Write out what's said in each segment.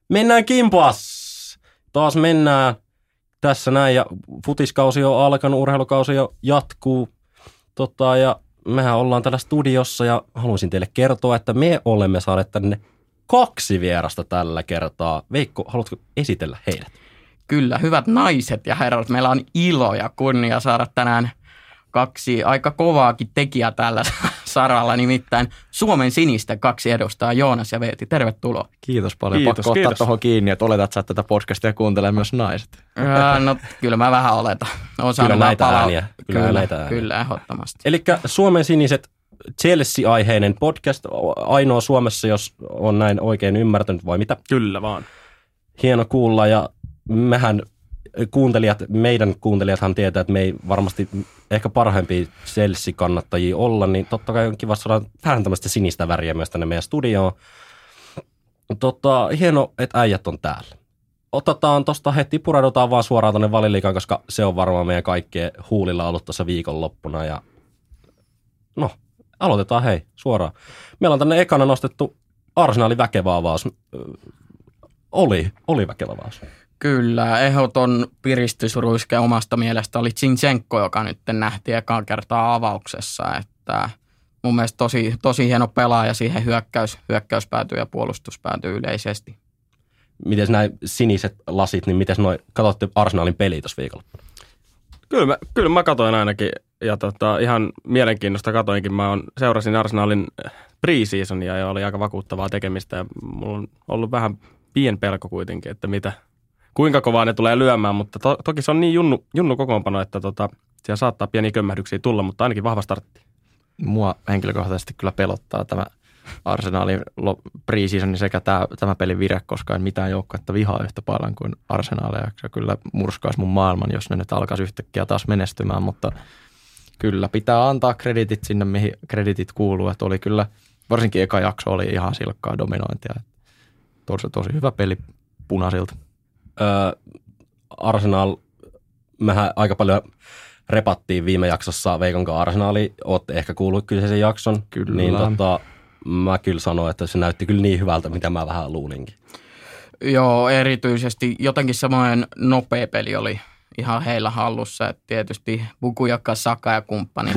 Mennään kimpas! Taas mennään tässä näin ja futiskausi on alkanut, urheilukausi jo jatkuu. Ja mehän ollaan täällä studiossa ja haluaisin teille kertoa, että me olemme saaneet tänne 2 vierasta tällä kertaa. Veikko, haluatko esitellä heidät? Kyllä, hyvät naiset ja herrat, meillä on ilo ja kunnia saada tänään 2 aika kovaakin tekijää tällä saralla, nimittäin Suomen sinisten 2 edustajaa, Joonas ja Veeti. Tervetuloa. Kiitos paljon. Pakko ottaa tuohon kiinni, että oletat sä tätä podcastia kuuntelee myös naiset. No kyllä mä vähän oletan. Kyllä näitä ääniä. Kyllä, ehdottomasti. Elikkä Suomen siniset Chelsea-aiheinen podcast, ainoa Suomessa, jos on näin oikein ymmärtänyt vai mitä? Kyllä vaan. Hieno kuulla ja mehän meidän kuuntelijathan tietää, että me ei varmasti ehkä parhaimpia Chelsea-kannattajia olla, niin totta kai on kiva saada vähän tämmöistä sinistä väriä myös tänne meidän studioon. Hieno, että äijät on täällä. Otetaan tuosta heti, pureudutaan vaan suoraan tuonne Valioliigaan, koska se on varmaan meidän kaikkien huulilla ollut tuossa viikonloppuna. Ja no, aloitetaan suoraan. Meillä on tänne ekana nostettu Arsenalin väkevä avaus. Oli väkevä avaus. Kyllä, ehdoton piristysruiske omasta mielestä oli Zinchenko, joka nyt nähtiin ekaan kertaa avauksessa. Että mun mielestä tosi hieno pelaaja siihen hyökkäyspäätyy ja puolustuspäätyy yleisesti. Miten nämä siniset lasit, niin miten katsotte Arsenalin peliä tuossa viikolla? Kyllä mä katsoin ainakin ja ihan mielenkiinnosta katoinkin. Seurasin Arsenalin pre-seasonia ja oli aika vakuuttavaa tekemistä ja mulla on ollut vähän pienpelko kuitenkin, että kuinka kovaa ne tulee lyömään, mutta toki se on niin junnu kokoonpano, että siellä saattaa pieniä kömmähdyksiä tulla, mutta ainakin vahva startti. Mua henkilökohtaisesti kyllä pelottaa tämä Arsenalin pre-season sekä tämä pelin vire, koska en mitään joukkuetta vihaa yhtä paljon kuin Arsenalia. Se kyllä murskaisi mun maailman, jos ne nyt alkaisi yhtäkkiä taas menestymään, mutta kyllä pitää antaa kreditit sinne, mihin kreditit kuuluu. Että oli kyllä, varsinkin eka jakso oli ihan silkkaa dominointia. Tosi hyvä peli punaisilta. Arsenal, mehän aika paljon repattiin viime jaksossa Veikon kanssa Arsenali. Olette ehkä kuullut kyseisen jakson. Kyllä. Niin mä kyllä sanoin, että se näytti kyllä niin hyvältä, mitä mä vähän luulinkin. Joo, erityisesti jotenkin samoin nopea peli oli ihan heillä hallussa. Että tietysti Bukayo Saka ja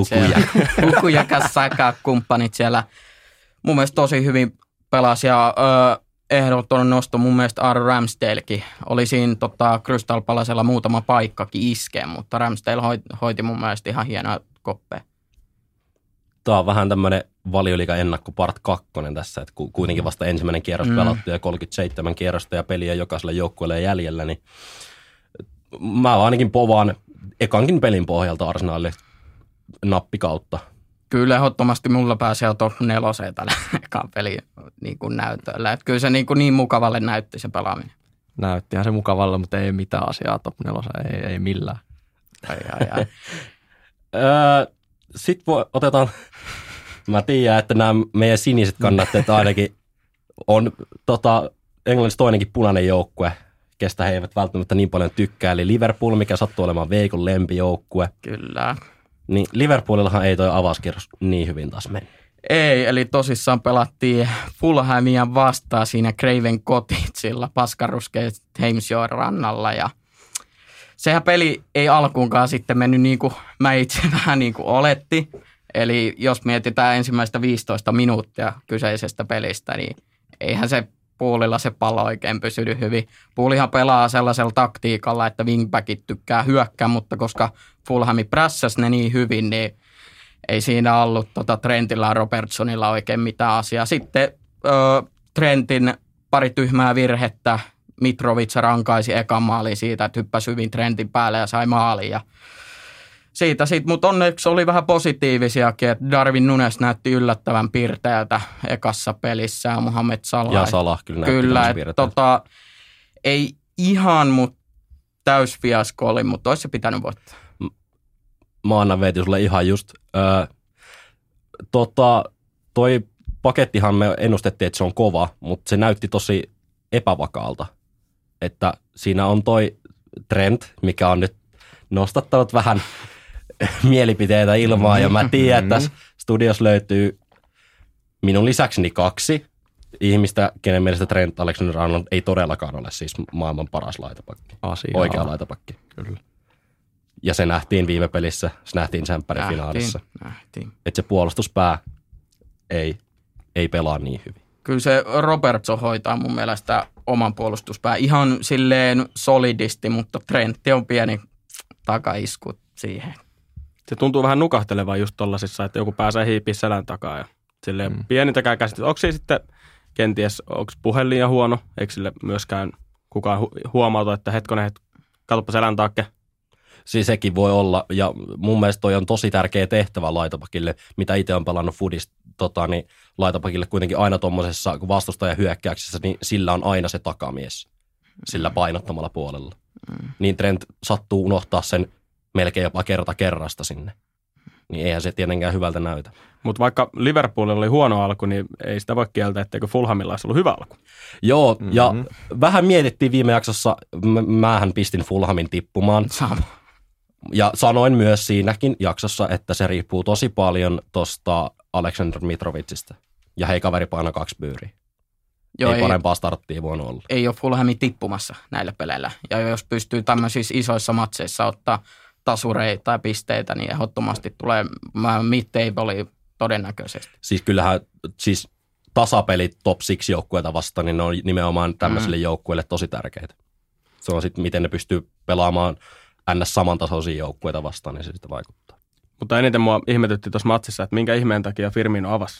kumppanit siellä mun mielestä tosi hyvin pelasi ja ehdoton nosto mun mielestä Aaron Ramsdalekin. Oli siinä Crystal Palacella muutama paikkakin iskeen, mutta Ramsdale hoiti mun mielestä ihan hienoa koppeja. Tämä on vähän tämmöinen Valioliigan ennakko part 2 tässä, että kuitenkin vasta ensimmäinen kierros pelattu ja 37 kierrosta ja peliä jokaiselle joukkueelle jäljellä, niin mä ainakin povaan ekankin pelin pohjalta Arsenalille nappikautta. Kyllä ehdottomasti mulla pääsi jo top 4 tällä ekaan pelin niin näytöllä. Että kyllä se niin mukavalle näytti se pelaaminen. Näyttihän se mukavalle, mutta ei mitään asiaa top 4, ei millään. Ai. Sitten otetaan, mä tiedän, että nämä meidän siniset kannattajat ainakin on Englannissa toinenkin punainen joukkue, kestä he eivät välttämättä niin paljon tykkää, eli Liverpool, mikä sattuu olemaan Veikon lempijoukkue. Kyllä. Niin Liverpoolillahan ei toi avauskierros niin hyvin taas meni. Ei, eli tosissaan pelattiin Fulhamia vastaan siinä Craven Cottagella paskaruskeet Thamesjoen rannalla ja sehän peli ei alkuunkaan sitten mennyt niin kuin mä itse vähän niin kuin oletti. Eli jos mietitään ensimmäistä 15 minuuttia kyseisestä pelistä, niin eihän se Poolilla se pallo oikein pysynyt hyvin. Poolihan pelaa sellaisella taktiikalla, että wingbackit tykkää hyökkää, mutta koska Fulhami prässäsi ne niin hyvin, niin ei siinä ollut Trentillä ja Robertsonilla oikein mitään asiaa. Sitten Trentin pari tyhmää virhettä. Mitrovic rankaisi ekan maalin siitä, että hyppäsi hyvin Trentin päälle ja sai maalin. Ja siitä, mutta onneksi oli vähän positiivisiakin, että Darwin Nunes näytti yllättävän pirteältä ekassa pelissä ja Mohamed Salah. Ja Salah kyllä näytti että ei ihan, mutta täysfiasko oli, mutta olisi se pitänyt voittaa. Mä annan Veeti sulle ihan just. Toi pakettihan me ennustettiin, että se on kova, mutta se näytti tosi epävakaalta. Että siinä on toi Trent, mikä on nyt nostattanut vähän mielipiteitä ilmaan, ja mä tiedän, että tässä studiossa löytyy minun lisäkseni 2, ihmistä, kenen mielestä Trent Alexander-Arnold ei todellakaan ole siis maailman paras laitapakki. Oikea laitapakki. Kyllä. Ja se nähtiin viime pelissä, se nähtiin Tsemppärin finaalissa. Nähtiin. Että se puolustuspää ei pelaa niin hyvin. Kyllä se Robertson hoitaa mun mielestä oman puolustuspää ihan silleen solidisti, mutta Trentti on pieni takaisku siihen. Se tuntuu vähän nukahtelevaa just tollasissa, että joku pääsee hiipiä selän takaa ja silleen pienintäkään käsitystä. Onko se sitten kenties, onko puhelin liian huono? Eikö sille myöskään kukaan huomauta, että hetkonen, katsoppa selän takke? Siis sekin voi olla, ja mun mielestä toi on tosi tärkeä tehtävä laitapakille, mitä itse on pelannut foodista, niin laitapakille kuitenkin aina tuommoisessa vastustajan hyökkäyksessä, niin sillä on aina se takamies sillä painottamalla puolella. Niin Trent sattuu unohtaa sen melkein jopa kerta kerrasta sinne. Niin eihän se tietenkään hyvältä näytä. Mutta vaikka Liverpoolilla oli huono alku, niin ei sitä voi kieltää, etteikö Fulhamilla olisi ollut hyvä alku. Joo, ja vähän mietittiin viime jaksossa, mähän pistin Fulhamin tippumaan. Sama. Ja sanoin myös siinäkin jaksossa, että se riippuu tosi paljon tuosta Aleksandr Mitrovicista. Ja hei, kaveri painaa 2 byyriä. Joo, ei parempaa starttia voinut olla. Ei ole Fulhamin tippumassa näillä peleillä. Ja jos pystyy tämmöisissä isoissa matseissa ottaa tasureita tai pisteitä, niin ehdottomasti tulee mid-table todennäköisesti. Siis kyllähän tasapelit top 6 joukkueita vastaan, niin ne on nimenomaan tämmöisille joukkueille tosi tärkeitä. Se on sitten, miten ne pystyy pelaamaan ns. Samantasoisia joukkueita vastaan, niin se sitten vaikuttaa. Mutta eniten mua ihmetytti tuossa matsissa, että minkä ihmeen takia Firmino avasi.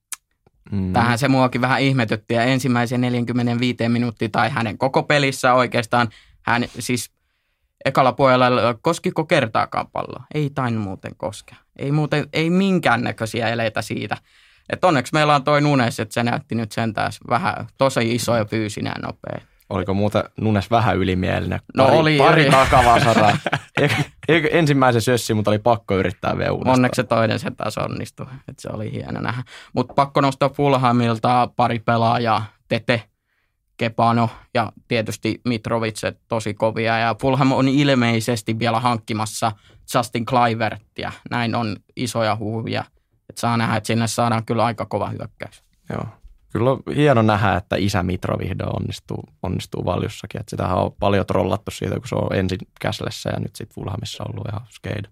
Tähän se muakin vähän ihmetytti ja ensimmäisen 45 minuuttia tai hänen koko pelissä oikeastaan hän siis ekalla puolella koskiko kertaakaan palloa? Ei tainnut muuten koskea. Ei minkäännäköisiä eleitä siitä. Että onneksi meillä on toi Nunes, että se näytti nyt sentään vähän tosi iso ja fyysinen ja nopea. Oliko muuten Nunes vähän ylimielinen? Pari takavasaraa. Ensimmäisen sössi, mutta oli pakko yrittää vielä uudestaan. Onneksi se toinen sen taas onnistui, että se oli hieno nähdä. Mutta pakko nostaa Fulhamilta pari pelaajaa, Tete, Kepano ja tietysti Mitrovic, tosi kovia. Ja Fulham on ilmeisesti vielä hankkimassa Justin Kluivertia. Näin on isoja huhuja, että saa nähdä, että sinne saadaan kyllä aika kova hyökkäys. Joo. Kyllä on hieno nähdä, että isä Mitro vihdoin onnistuu Valjossakin. Että sitähän on paljon trollattu siitä, kun se on ensin Käslessä ja nyt sitten Fulhamissa ollut ihan skate.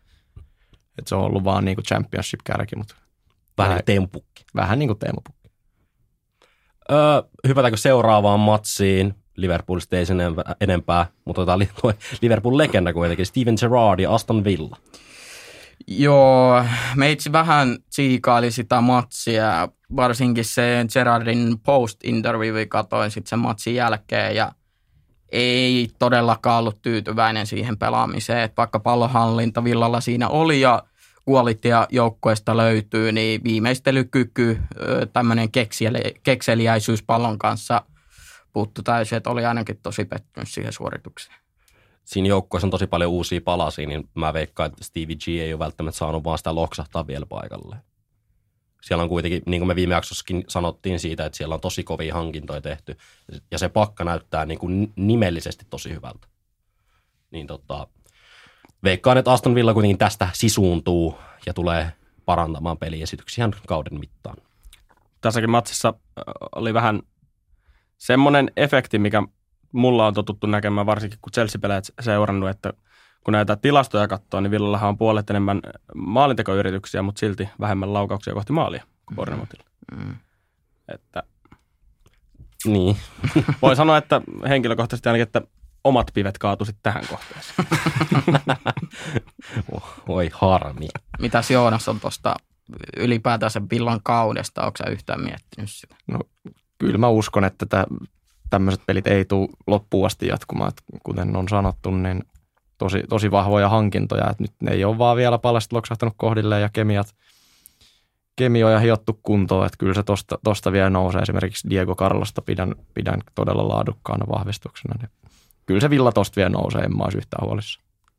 Että se on ollut vaan niin kuin championship-kärki, mutta vähän Teemu Pukki. Vähän niin kuin Teemu Pukki. Hypätäänkö seuraavaan matsiin? Liverpoolista ei sen enempää, mutta otetaan Liverpool-legenda kuitenkin. Steven Gerrard ja Aston Villa. Joo, meitsi vähän tsiikaili sitä matsia, varsinkin se Gerrardin post-interview katoin sitten sen matsin jälkeen ja ei todellakaan ollut tyytyväinen siihen pelaamiseen, että vaikka pallonhallinta Villalla siinä oli ja qualitya joukkueesta löytyy, niin viimeistelykyky, tämmöinen kekseliäisyys pallon kanssa puuttu täysin, että oli ainakin tosi pettynyt siihen suoritukseen. Siinä joukkueessa on tosi paljon uusia palasia, niin mä veikkaan, että Stevie G ei ole välttämättä saanut vaan sitä loksahtaa vielä paikalle. Siellä on kuitenkin, niin kuin me viime jaksossakin sanottiin siitä, että siellä on tosi kovia hankintoja tehty, ja se pakka näyttää niin kuin nimellisesti tosi hyvältä. Niin veikkaan, että Aston Villa kuitenkin tästä sisuuntuu ja tulee parantamaan peliesityksiä kauden mittaan. Tässäkin matsissa oli vähän semmoinen efekti, mikä mulla on totuttu näkemään, varsinkin kun Chelsea-peleet seurannut, että kun näitä tilastoja katsoo, niin Villallahan on puolet enemmän maalintekoyrityksiä, mutta silti vähemmän laukauksia kohti maalia kuin Bournemouthilla. Että niin. Voi sanoa, että henkilökohtaisesti ainakin, että omat pivet kaatuisit tähän kohteeseen. Oi harmi. Mitäs Joonas on tuosta ylipäätään sen Villan kaudesta? Onko sä yhtään miettinyt sitä? No, kyllä mä uskon, että tämmöiset pelit ei tule loppuun asti jatkumaan. Että kuten on sanottu, niin tosi vahvoja hankintoja. Että nyt ne ei ole vaan vielä palasti loksahtanut kohdilleen ja kemioja hiottu kuntoon. Että kyllä se tosta vielä nousee. Esimerkiksi Diego Carlosta pidän todella laadukkaana vahvistuksena. Niin kyllä se Villa tosta vielä nousee, en mä olisi yhtään huolissa.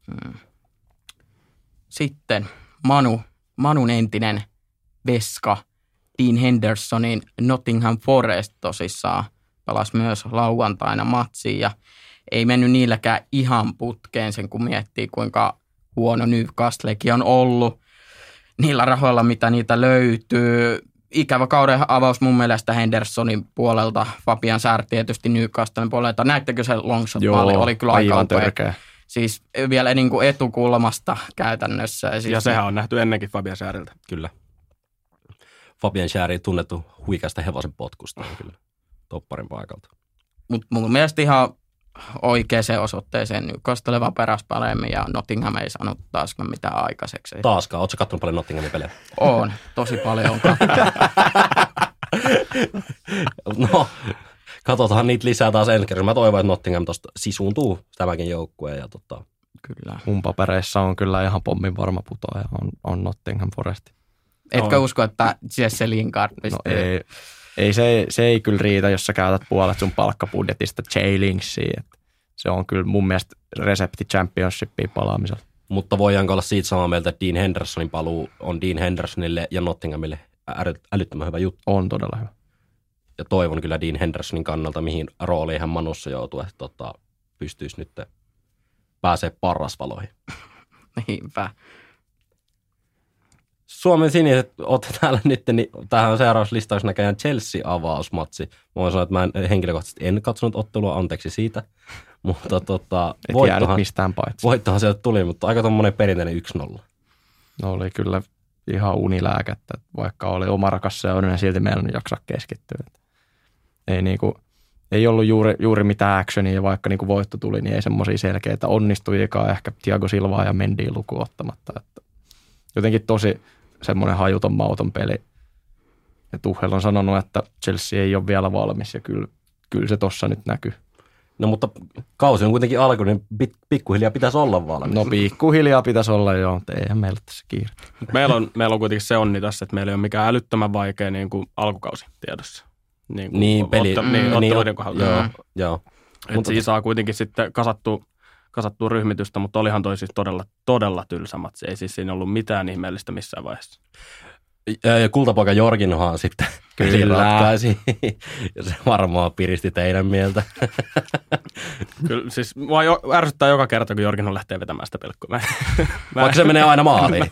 Sitten Manun entinen veska Dean Hendersonin Nottingham Forest tosissaan pelasi myös lauantaina matsiin ja ei mennyt niilläkään ihan putkeen sen, kun miettii kuinka huono Newcastlekin on ollut niillä rahoilla, mitä niitä löytyy. ikävä kauden avaus mun mielestä Hendersonin puolelta. Fabian Sarr tietysti Newcastlen puolelta. Näettekö se longshot-maali? Oli kyllä aika törkeä. Siis vielä niin kuin etukulmasta käytännössä. Ja sehän on nähty ennenkin Fabian Sarrilta. Kyllä. Fabian Sarr tunnettu huikeasta hevosen potkusta kyllä topparin paikalta. Mutta mun mielestä ihan oikeaan osoitteeseen Newcastle vaan peräs paremmin ja Nottingham ei saanut taaskaan mitään aikaiseksi. Taaskaan? Ootko kattonut paljon Nottinghamin pelejä? On, tosi paljon on kattonut. No, katsotaan niitä lisää taas ensi kerran. Mä toivon, että Nottingham tuosta sisuuntuu tämäkin joukkueen. Ja Kyllä. Mun papereissa on kyllä ihan pommin varma putoaja, on Nottingham Forest. Etkö usko, että Jesse Lingard... No se ei kyllä riitä, jos sä käytät puolet sun palkkabudjetista Jay Linksiin. Se on kyllä mun mielestä resepti Championshipiin palaamisella. Mutta voidaanko olla siitä samaa mieltä, että Dean Hendersonin paluu on Dean Hendersonille ja Nottinghamille älyttömän hyvä juttu. On todella hyvä. Ja toivon kyllä Dean Hendersonin kannalta, mihin rooliin hän Manussa joutuu, että pystyisi nyt pääsee parrasvaloihin. Niinpä. Suomen siniset, olette täällä nyt, niin tähän on seuraavassa listauksessa näköjään Chelsea-avausmatsi. Mä voin sanoa, että mä henkilökohtaisesti en katsonut ottelua, anteeksi siitä. Mutta voittohan sieltä tuli, mutta aika tommoinen perinteinen 1-0. No oli kyllä ihan unilääkettä, vaikka oli oma rakas seura, niin silti meillä on jaksaa keskittyä. Ei ollut juuri mitään actionia, ja vaikka niin kuin voitto tuli, niin ei semmoisia selkeitä onnistujiakaan ehkä Thiago Silvaa ja Mendyä lukuun ottamatta. Että jotenkin tosi semmoinen hajuton mauton peli. Ja Tuchel on sanonut, että Chelsea ei ole vielä valmis, ja kyllä se tossa nyt näkyy. No mutta kausi on kuitenkin alku, niin pikkuhiljaa pitäisi olla valmis. No pikkuhiljaa pitäisi olla jo, mutta eihän meillä tässä kiire. Meillä on kuitenkin se onni tässä, että meillä ei ole mikään älyttömän vaikea niin kuin alkukausi tiedossa. Otteluiden kohdalla. Joo. Mutta siinä saa kuitenkin sitten kasattua ryhmitystä, mutta olihan toi siis todella tylsä matsi. Ei siis siinä ollut mitään ihmeellistä missään vaiheessa. Ja kultapoika Jorginhohan sitten kyllä ratkaisi. Ja se varmaan piristi teidän mieltä. Kyllä, siis mua ärsyttää joka kerta, kun Jorginho lähtee vetämään sitä pelkkua. Vaikka se menee aina maaliin.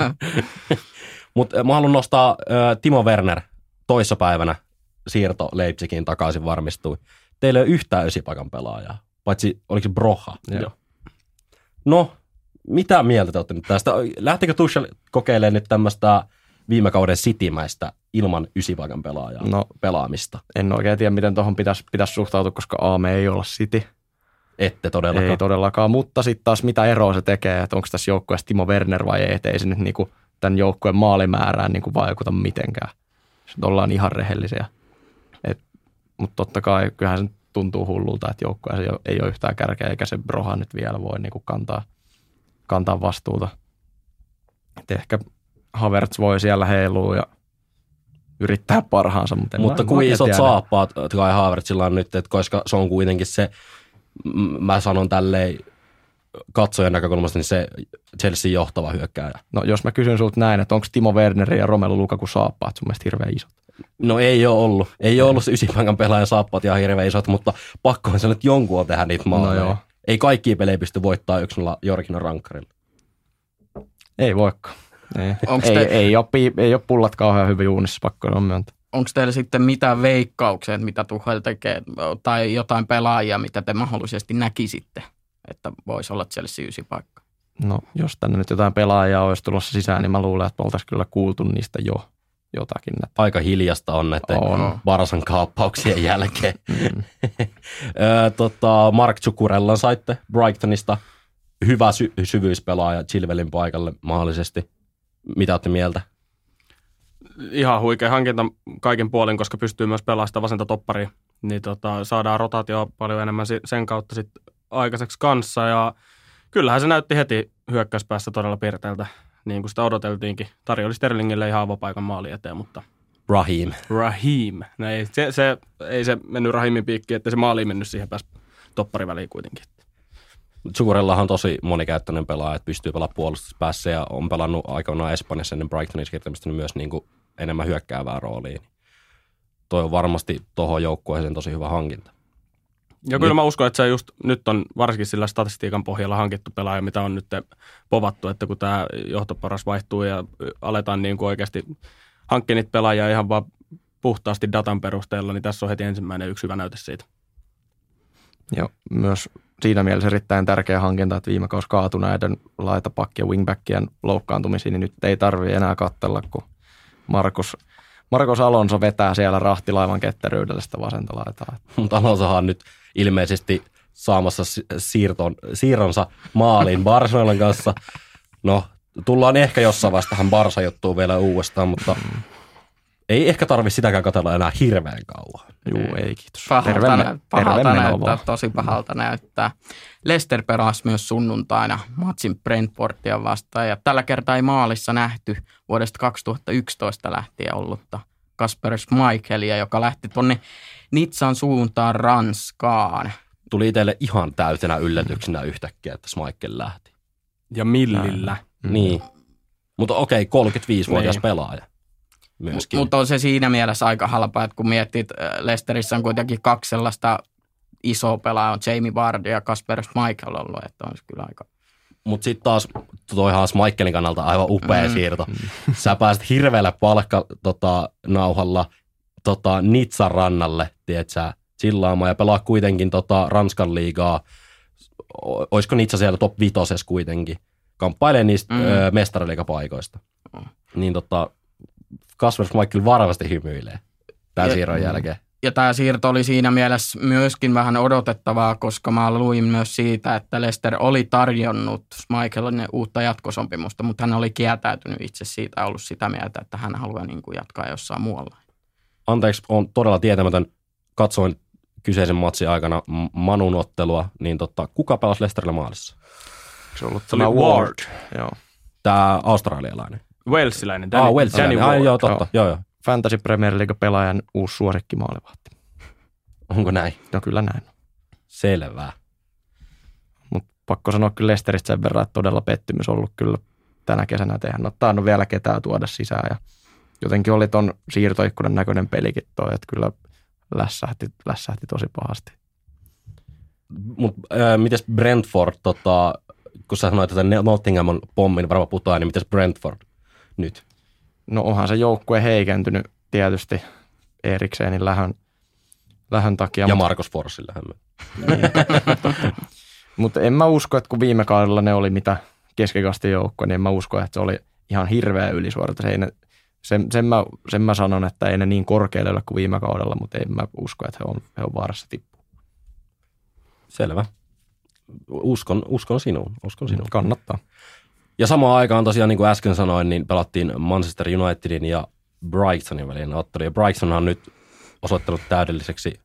Mutta mä haluan nostaa Timo Werner toissapäivänä siirto Leipzigiin takaisin varmistui. Teillä ei ole yhtään ysipaikan pelaajaa, paitsi oliko se Broha? Joo. No, mitä mieltä te olette nyt tästä? Lähtikö Tuchel kokeilemaan nyt tämmöistä viime kauden Citymäistä ilman ysipaikan pelaajaa pelaamista? En oikein tiedä, miten tuohon pitäisi suhtautua, koska me ei olla City. Ette todellakaan. Ei todellakaan, mutta sitten taas mitä eroa se tekee, että onko tässä joukkueessa Timo Werner vai ei se nyt niinku tämän joukkueen maalimäärään niinku vaikuta mitenkään. Sitten ollaan ihan rehellisiä. Mutta totta kai kyllähän se tuntuu hullulta, että joukkueessa ei ole yhtään kärkeä, eikä se Broha nyt vielä voi niinku kantaa vastuuta. Et ehkä Havertz voi siellä heilua ja yrittää parhaansa. Mutta kuin isot saappaat Kai Havertzilla on nyt, että koska se on kuitenkin se, mä sanon tälleen katsojan näkökulmasta, niin se Chelsea johtava hyökkääjä. No jos mä kysyn sulta näin, että onko Timo Werner ja Romelu Lukaku saappaat sun mielestä hirveän isot? No ei ole ollut. Ei ole ollut se ysipaikan pelaajan saappaat ihan hirveän isot, mutta pakkohan se nyt jonkun on tehdä niitä maaleja. No ei kaikkia pelejä pysty voittaa 1-0 Jorginho rankkarilla. Ei voikaan. Ei ole pullat kauhean hyvin uunissa, pakko on myöntää. Onko teillä sitten mitään veikkauksia, mitä Tuchel tekee, tai jotain pelaajia, mitä te mahdollisesti näkisitte, että voisi olla Chelsea ysipaikka? No, jos tänne nyt jotain pelaajaa olisi tulossa sisään, niin mä luulen, että me oltaisiin kyllä kuultu niistä jo jotakin. Aika hiljasta on näiden Barsan kaappauksien jälkeen. Mark Cucurellan saitte Brightonista. Hyvä syvyyspelaaja Chilwellin paikalle mahdollisesti. Mitä olette mieltä? Ihan huikea hankinta kaikin puolin, koska pystyy myös pelaamaan sitä vasenta topparia. Niin saadaan rotaatio paljon enemmän sen kautta sit aikaiseksi kanssa. Ja kyllähän se näytti heti hyökkäyspäässä todella piirteeltä, niin kuin sitä odoteltiinkin. Tarjoili Sterlingille ihan avopaikan maali eteen, mutta... Raheem. No ei se mennyt Raheemin piikkiin, että se maali mennyt siihen päässä toppariväliin kuitenkin. Zucurellahan on tosi monikäyttöinen pelaaja, että pystyy pelaamaan puolustuspäässä ja on pelannut aikoinaan Espanjassa ennen Brightonin siirtämistä myös niin kuin enemmän hyökkäävää rooliin. Toi on varmasti tuohon joukkueeseen tosi hyvä hankinta. Ja kyllä mä uskon, että se just nyt on varsinkin sillä statistiikan pohjalla hankittu pelaaja, mitä on nyt povattu, että kun tämä johtoparas vaihtuu ja aletaan niin kuin oikeasti hankki niitä pelaajia ihan vaan puhtaasti datan perusteella, niin tässä on heti ensimmäinen yksi hyvä näyte siitä. Ja myös siinä mielessä erittäin tärkeä hankinta, että viime kausi kaatui näiden laitapakki- ja wingbackien loukkaantumisiin, niin nyt ei tarvitse enää katsella, kun Marcos Alonso vetää siellä rahtilaivan ketteryydellä sitä vasenta laitaa. Mutta Alonsohan on nyt ilmeisesti saamassa siirronsa maaliin Barcelonan kanssa. No, tullaan ehkä jossain vaiheessa tähän Barsa-juttuun vielä uudestaan, mutta ei ehkä tarvitse sitäkään katsella enää hirveän kauan. Juu, ei kiitos. Pahalta näyttää, tosi pahalta näyttää. Leicester pelasi myös sunnuntaina matsin Brentfordia vastaan, ja tällä kertaa ei maalissa nähty vuodesta 2011 lähtien ollutta Kasper Schmeichelia, joka lähti tuonne Nitsan suuntaan Ranskaan. Tuli itselle ihan täytenä yllätyksenä yhtäkkiä, että Schmeichel lähti. Ja millillä. Niin. Mutta okei, 35-vuotias pelaaja. Mutta on se siinä mielessä aika halpa, että kun miettii, Leicesterissä on kuitenkin 2 sellaista isoa pelaajaa, on Jamie Vardy ja Kasper Schmeichel ollut, että on se kyllä aika. Mutta sitten taas toihan Schmeichelin kannalta aivan upea siirto. Sä pääset hirveällä palkkanauhalla Nitsan rannalle, tiedätkö, chillaamaan ja pelaa kuitenkin Ranskan liigaa. Olisiko Nitsa siellä top 5 kuitenkin? Kamppailee niistä mestariliigapaikoista. Niin Kasper Schmeichel varmasti hymyilee tämän siirron jälkeen. Ja tämä siirto oli siinä mielessä myöskin vähän odotettavaa, koska mä luin myös siitä, että Leicester oli tarjonnut Schmeichelille uutta jatkosopimusta, mutta hän oli kieltäytynyt itse siitä ja ollut sitä mieltä, että hän haluaa niin kuin jatkaa jossain muualla. Anteeksi, on todella tietämätön. Katsoin kyseisen matsin aikana Manun ottelua, niin kuka pelasi Leicesterillä maalissa? Se oli Ward. Joo. Tämä australialainen. Walesiläinen. Walesiläinen. Joo, totta. Joo. Fantasy Premier League-pelaajan uusi suosikkimaalivahti. Onko näin? No kyllä näin. Selvää. Mutta pakko sanoa kyllä Leicesteristä sen verran, että todella pettymys ollut kyllä tänä kesänä tehdä. Tainnut vielä ketään tuoda sisään ja jotenkin oli ton siirtoikkunan näköinen pelikin toi, että kyllä lässähti tosi pahasti. Mutta mites Brentford, kun sä sanoit, että Nottingham on pommin varmaan putoaa, niin mites Brentford nyt? No onhan se joukkue heikentynyt tietysti Eriksenin lähön takia. Ja Marcos Forssin lähön. Mutta en mä usko, että kun viime kaudella ne oli mitä keskikastin joukkue, niin en mä usko, että se oli ihan hirveä ylisuorita. Sen mä sanon, että ei ne niin korkealle ole kuin viime kaudella, mutta en mä usko, että he on vaarassa tippua. Selvä. Uskon sinuun. Kannattaa. Ja samaan aikaan tosiaan, niin kuin äsken sanoin, niin pelattiin Manchester Unitedin ja Brightonin välinen ottelu. Ja Brighton on nyt osoittanut täydelliseksi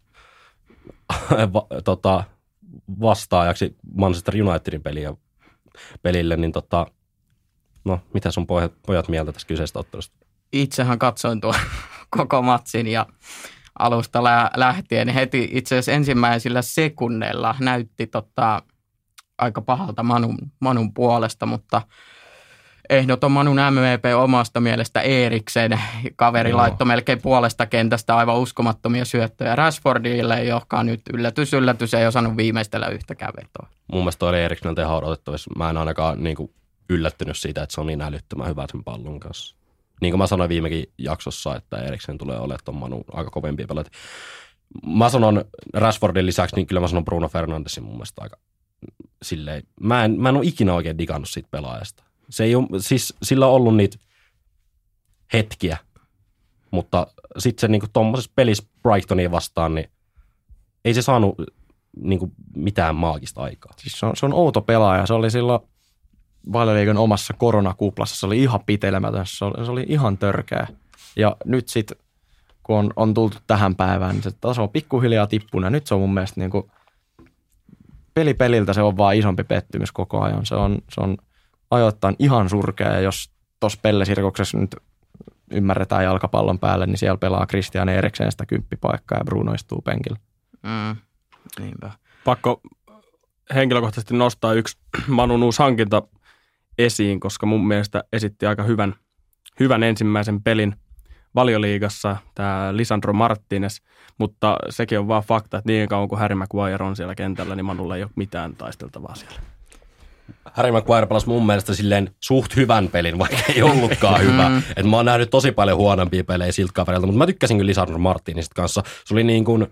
vastaajaksi Manchester Unitedin pelille. Niin no, mitä sun pojat mieltä tästä kyseisestä ottelusta? Itsehän katsoin tuon koko matsin ja alusta lähtien heti itse asiassa ensimmäisillä sekunneilla näytti aika pahalta Manun puolesta, mutta ehdoton Manun MVP omasta mielestä Eriksen. Kaveri laittoi melkein puolesta kentästä aivan uskomattomia syöttöjä Rashfordille, joka nyt yllätys ei osannut viimeistellä yhtäkään vetoa. Mun mielestä toi oli Eriksen ihan odotettavissa. Mä en ainakaan yllättynyt siitä, että se on niin älyttömän hyvä sen pallon kanssa. Niin kuin mä sanoin viimekin jaksossa, että Eriksen tulee olemaan ton Manun aika kovempia pelaajia. Mä sanon Rashfordin lisäksi, niin kyllä mä sanon Bruno Fernandesin mun mielestä aika silleen. Mä en ole ikinä oikein digannut siitä pelaajasta. Se ei ole, siis sillä on ollut niitä hetkiä, mutta sitten se niinku tommosessa pelissä Brightonia vastaan, niin ei se saanut niinku mitään maagista aikaa. Siis se on outo pelaaja. Se oli silloin Valioliigan omassa koronakuplassa. Se oli ihan pitelemätön. Se oli ihan törkeä. Ja nyt sitten, kun on tultu tähän päivään, niin se taso on pikkuhiljaa tippunut. Ja nyt se on mun mielestä niinku peliltä se on vaan isompi pettymys koko ajan. Se on ajoittain ihan surkea. Ja jos tuossa pellesirkuksessa nyt ymmärretään jalkapallon päälle, niin siellä pelaa Christian Eriksen sitä 10 paikkaa ja Bruno istuu penkillä. Niinpä. Pakko henkilökohtaisesti nostaa yksi Manun uusi hankinta esiin, koska mun mielestä esitti aika hyvän ensimmäisen pelin Valioliigassa, tämä Lisandro Martínez, mutta sekin on vaan fakta, että niin kauan kuin Harry Maguire on siellä kentällä, niin Manulla ei ole mitään taisteltavaa siellä. Harry Maguire pelasi mun mielestä silleen suht hyvän pelin, vaikka ei ollutkaan hyvä. Et mä oon nähnyt tosi paljon huonompia pelejä siltä kaverilta, mutta mä tykkäsin kyllä Lisandro Martinista kanssa. Se oli niin kuin,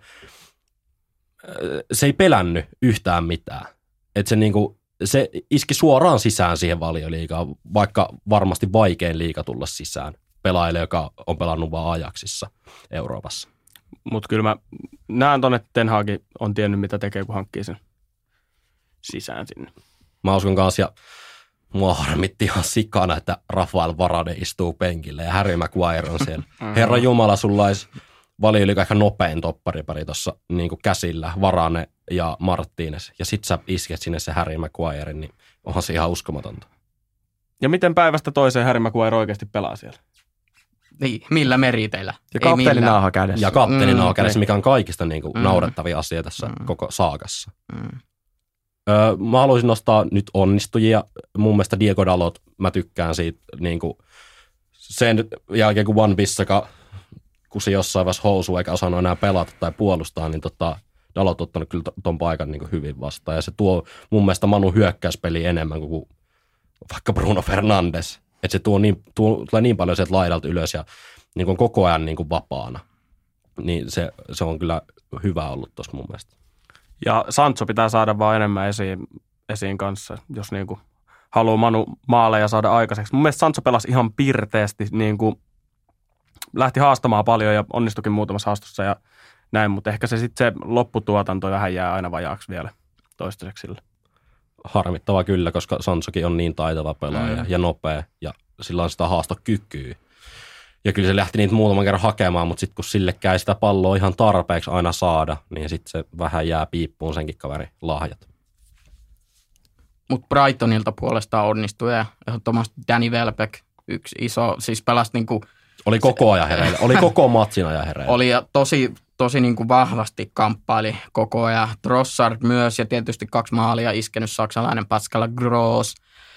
se ei pelännyt yhtään mitään. Et se niin kuin, se iski suoraan sisään siihen Valioliigaan, vaikka varmasti vaikein liiga tulla sisään pelaajalle, joka on pelannut vaan Ajaxissa Euroopassa. Mutta kyllä mä näen ton, että Ten Hag on tiennyt, mitä tekee, kun hankkii sen sisään sinne. Mä uskon kanssa, ja mua harmitti ihan sikana, että Rafael Varane istuu penkille ja Harry Maguire on siellä. Herra Jumala, sulla olisi Valioliigan ehkä nopein topparipari tuossa niin käsillä, Varane ja Martínez. Ja sit sä isket sinne se Harry Maguire, niin onhan se ihan uskomatonta. Ja miten päivästä toiseen Harry Maguire oikeasti pelaa siellä? Niin, millä meriteillä? Ja kapteenin nauha kädessä. Ja kapteenin nauha kädessä, mikä on kaikista niin kuin naurettavia asia tässä koko saakassa. Mä haluaisin nostaa nyt onnistujia. Mun mielestä Diego Dalot, mä tykkään siitä niin kuin sen jälkeen, kun Wan Bissaka, kun se jossain vaiheessa housua eikä osannut enää pelata tai puolustaa, niin Dalot on ottanut kyllä ton paikan niin kuin hyvin vastaan. Ja se tuo mun mielestä Manu hyökkäyspeliä enemmän kuin vaikka Bruno Fernandes. Että se tulee niin paljon sieltä laidalta ylös ja niin kuin koko ajan niin kuin vapaana. Niin se on kyllä hyvä ollut tuossa mun mielestä. Ja Sancho pitää saada vaan enemmän esiin kanssa, jos niinku haluaa Manu maaleja saada aikaiseksi. Mun mielestä Sancho pelasi ihan pirteästi, niinku lähti haastamaan paljon ja onnistukin muutamassa haastossa ja näin, mutta ehkä se sitten se lopputuotanto vähän jää aina vajaaksi vielä toistaiseksi sille. Harmittava kyllä, koska Sanchokin on niin taitava pelaaja ja nopea ja sillä on sitä haastokykyä. Ja kyllä se lähti niitä muutaman kerran hakemaan, mutta sitten kun sillekään ei sitä palloa ihan tarpeeksi aina saada, niin sitten se vähän jää piippuun senkin kaverin lahjat. Mutta Brightonilta puolestaan onnistui ja ehdottomasti Danny Welbeck, yksi iso, siis pelasi niinku... Oli koko ajan hereillä, oli koko matsin ajan hereillä. Oli ja tosi niinku vahvasti kamppaili koko ajan. Trossard myös ja tietysti 2 maalia iskenyt saksalainen Pascal Gross.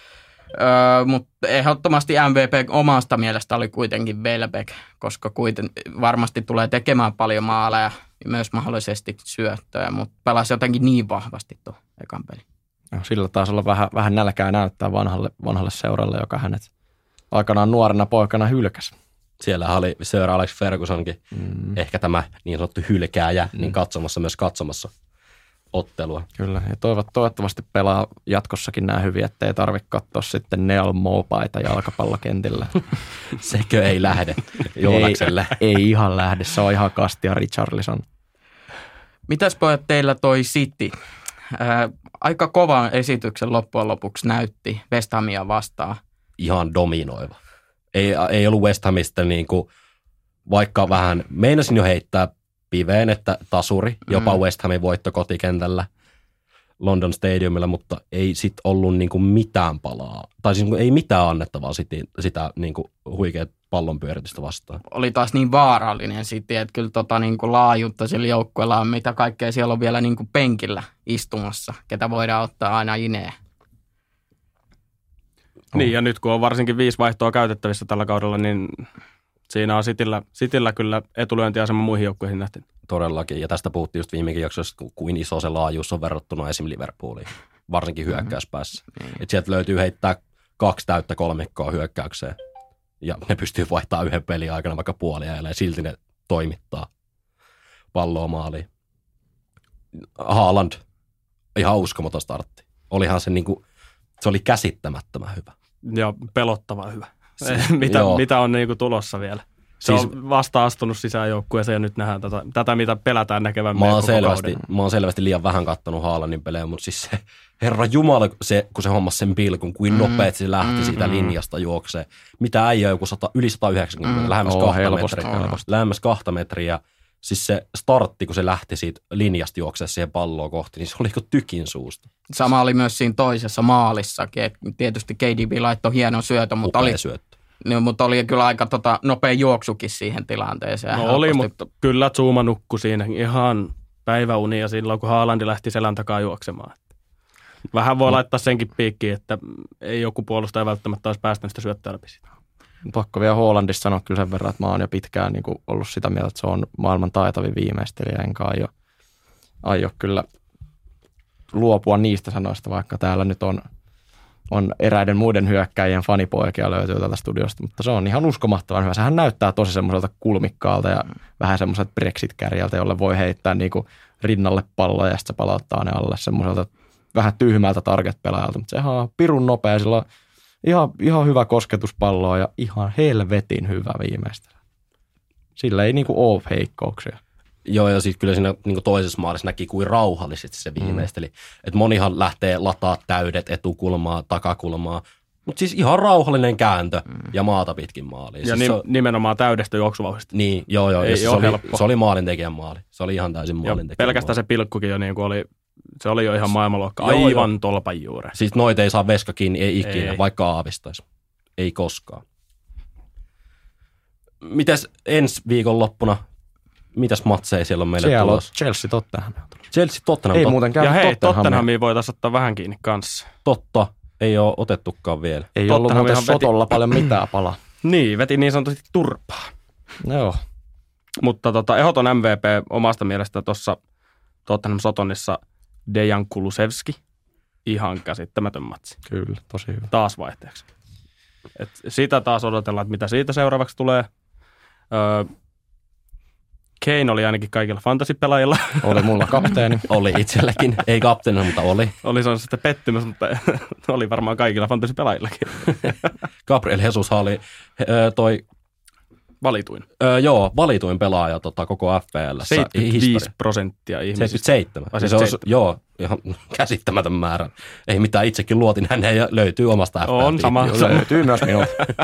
Mutta ehdottomasti MVP omasta mielestä oli kuitenkin Welbeck, koska varmasti tulee tekemään paljon maaleja ja myös mahdollisesti syöttöjä, mutta pelasi jotenkin niin vahvasti tuon ekan pelin. No, sillä taisi olla vähän nälkää näyttää vanhalle seuralle, joka hänet aikanaan nuorena poikana hylkäsi. Siellä oli Sir Alex Fergusonkin, ehkä tämä niin sanottu hylkääjä, niin katsomassa ottelua. Kyllä, ja toivottavasti pelaa jatkossakin nämä hyvin, ettei tarvitse katsoa sitten Neal Mopaita jalkapallokentillä. Sekö ei lähde Joonakselle? Ei ihan lähde, se on ihan kastia Richarlison. Mitäs pojat teillä toi City? Aika kovan esityksen loppujen lopuksi näytti West Hamia vastaan. Ihan dominoiva. Ei ollut West Hamista niinku, vaikka vähän, meinasin jo heittää piveen, että tasuri, jopa West Hamin voitto kotikentällä London Stadiumilla, mutta ei sit ollut niinku mitään palaa. Tai siis ei mitään annettavaa sitä niinku huikeat pallonpyöritystä vastaan. Oli taas niin vaarallinen sitten, että kyllä niinku laajuutta sillä joukkueella on, mitä kaikkea siellä on vielä niinku penkillä istumassa, ketä voidaan ottaa aina ineen. Niin, ja nyt kun on varsinkin 5 vaihtoa käytettävissä tällä kaudella, niin siinä on Cityllä kyllä etulyöntiasema muihin joukkueihin nähden. Todellakin, ja tästä puhuttiin just viimekin jaksossa, kuin iso se laajuus on verrattuna esim. Liverpooliin, varsinkin hyökkäyspäässä. Että sieltä löytyy heittää 2 täyttä kolmikkoa hyökkäykseen, ja ne pystyy vaihtamaan yhden pelin aikana vaikka puolia, ja silti ne toimittaa palloa maaliin. Haaland, ihan uskomaton startti. Olihan se niinku, se oli käsittämättömän hyvä. Ja pelottavan hyvä. Mitä on niinku tulossa vielä. Se siis, on vasta astunut sisään joukkueeseen ja nyt nähdään tätä mitä pelätään näkevämme koko kauden. Mä oon selvästi liian vähän kattonut Haalandin pelejä, mutta siis se herra jumala, kun se hommasi sen pilkun, kuin nopeasti se lähti siitä linjasta juokseen. Mitä äijä joku yli 190, lähemmäs 2 metriä. Siis se startti, kun se lähti siitä linjasta juokseen siihen palloon kohti, niin se oli kuin tykin suusta. Sama oli myös siinä toisessa maalissakin. Et tietysti KDB laittoi hienon syötön, mutta oli kyllä aika nopea juoksukin siihen tilanteeseen. No oli, mutta kyllä Zuma nukkui siinä ihan päiväunia silloin, kun Haalandi lähti selän takaa juoksemaan. Vähän voi laittaa senkin piikkiin, että ei joku puolustaja välttämättä olisi päästänyt sitä syöttöä läpi sitä. Pakko vielä Haalandista sanoa kyllä sen verran, että mä oon jo pitkään niin kuin ollut sitä mieltä, että se on maailman taitavin viimeistelijä, enkä aio kyllä luopua niistä sanoista, vaikka täällä nyt on on eräiden muiden hyökkäjien fanipoikia löytyy täältä studiosta, mutta se on ihan uskomattoman hyvä. Sehän näyttää tosi semmoiselta kulmikkaalta ja vähän semmoiselta Brexit-kärjältä, jolle voi heittää niinku rinnalle palloja ja sitten se palauttaa ne alle semmoiselta vähän tyhmältä target-pelaajalta, mutta sehän on pirun nopea, sillä on ihan hyvä kosketuspalloa ja ihan helvetin hyvä viimeistä. Sillä ei niinku ole heikkouksia. Joo, ja sitten kyllä siinä niin toisessa maalissa näki kuin rauhallisesti se viimeisteli. Että monihan lähtee lataa täydet etukulmaa, takakulmaa, mutta siis ihan rauhallinen kääntö ja maata pitkin maaliin. Ja siis nimenomaan täydestä juoksuvauhdista. Niin, joo. Ei se, se oli maalintekijän maali. Se oli ihan täysin maalintekijän pelkästään maali. Se pilkkukin jo niin kuin se oli jo ihan maailmanluokka. Aivan tolpan juure. Siis noita ei saa veska kiinni, ei ikinä, vaikka aavistaisi. Ei koskaan. Mitäs ensi viikonloppuna? Mitäs matseja siellä on meille tulossa? Siellä on Chelsea-Tottenham. Chelsea-Tottenham. Ei muuten käy ja hei, Tottenhamia voitaisiin ottaa vähän kiinni kanssa. Totta. Ei ole otettukaan vielä. Ei ollut muuten sotolla paljon mitään palaa. Niin, veti niin sanotusti turpaa. Joo. Mutta ehdoton MVP omasta mielestä tuossa Tottenham Sotonissa Dejan Kulusevski. Ihan käsittämätön matsi. Kyllä, tosi hyvä. Taas vaihteeksi. Et sitä taas odotellaan, että mitä siitä seuraavaksi tulee. Kane oli ainakin kaikilla fantasy-pelaajilla. Oli mulla kapteeni. Oli itselläkin. Ei kapteeni, mutta oli. Oli se sitten pettymys, mutta oli varmaan kaikilla fantasy-pelaajillakin. Gabriel Jesus oli valituin. Valituin pelaaja koko FPL:ssä. 75% ihmisistä. 77. Joo, ihan käsittämätön määrä. Ei mitään, itsekin luotin häneen ja löytyy omasta FPL. On sama. Löytyy myös minulta.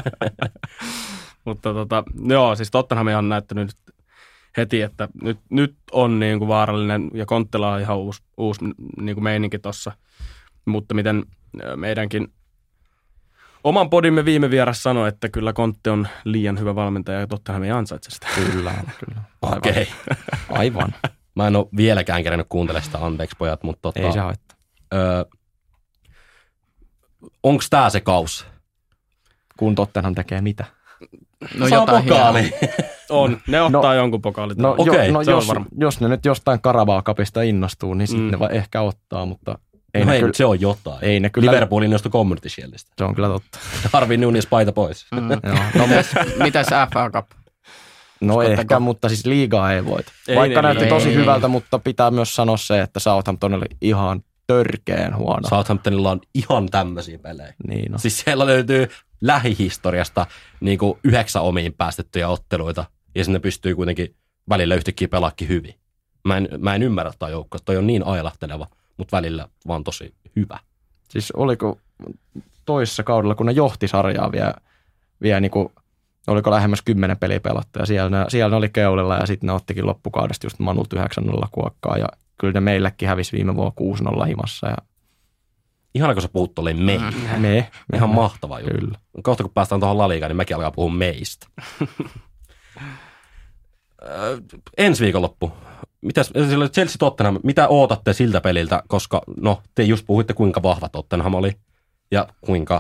Mutta siis Tottenham on näyttänyt heti, että nyt on niin kuin vaarallinen ja Konttela on ihan uusi niin kuin meininki tuossa. Mutta miten meidänkin oman podimme viime vieras sanoi, että kyllä Kontte on liian hyvä valmentaja ja Tottenham ei ansaitse sitä. Kyllä. Okei. Aivan. Mä en ole vieläkään kerännyt kuuntelemaan sitä, anteeksi pojat, mutta ei se haittaa. Onko tää se kausi? Kun Tottenham tekee mitä? No jotain pokaali. On, ne ottaa jonkun pokaalit. Jos ne nyt jostain Carabao Cupista innostuu, niin sitten ne ehkä ottaa, mutta se on jotain. Ei ne kyllä. Liverpoolin nostoi Community Shieldistä. Se on kyllä totta. Darwin Nunes paita pois. Mitäs FA Cup? No ehkä, mutta siis liigaa ei voita. Vaikka näytti tosi hyvältä, mutta pitää myös sanoa se, että Southampton oli ihan törkeen huono. Southamptonilla on ihan tämmöisiä pelejä. Niin no. Siis siellä löytyy lähihistoriasta niin kuin 9 omiin päästettyjä otteluita, ja sinne pystyy kuitenkin välillä yhtäkkiä pelaakin hyvin. Mä en ymmärrä tämä joukko, toi on niin ailahteleva, mutta välillä vaan tosi hyvä. Siis oliko toissa kaudella, kun ne johti sarjaa vielä niin kuin, oliko lähemmäs 10 peliä pelattu, ja siellä ne oli keulilla, ja sitten ne ottikin loppukaudesta just Manut 9-0 kuokkaa, ja kyllä ne meillekin hävisi viime vuonna 6-0 himassa. Ja ihana, kun sä puhut tolleen me. Ihan mahtava juttu. Kyllä. Kohta kun päästään tuohon La Ligaan, niin mekin alkaa puhua meistä. Ensi viikonloppu. Mitäs Chelsea Tottenham, mitä ootatte siltä peliltä? Koska no, te just puhuitte, kuinka vahva Tottenham oli. Ja kuinka,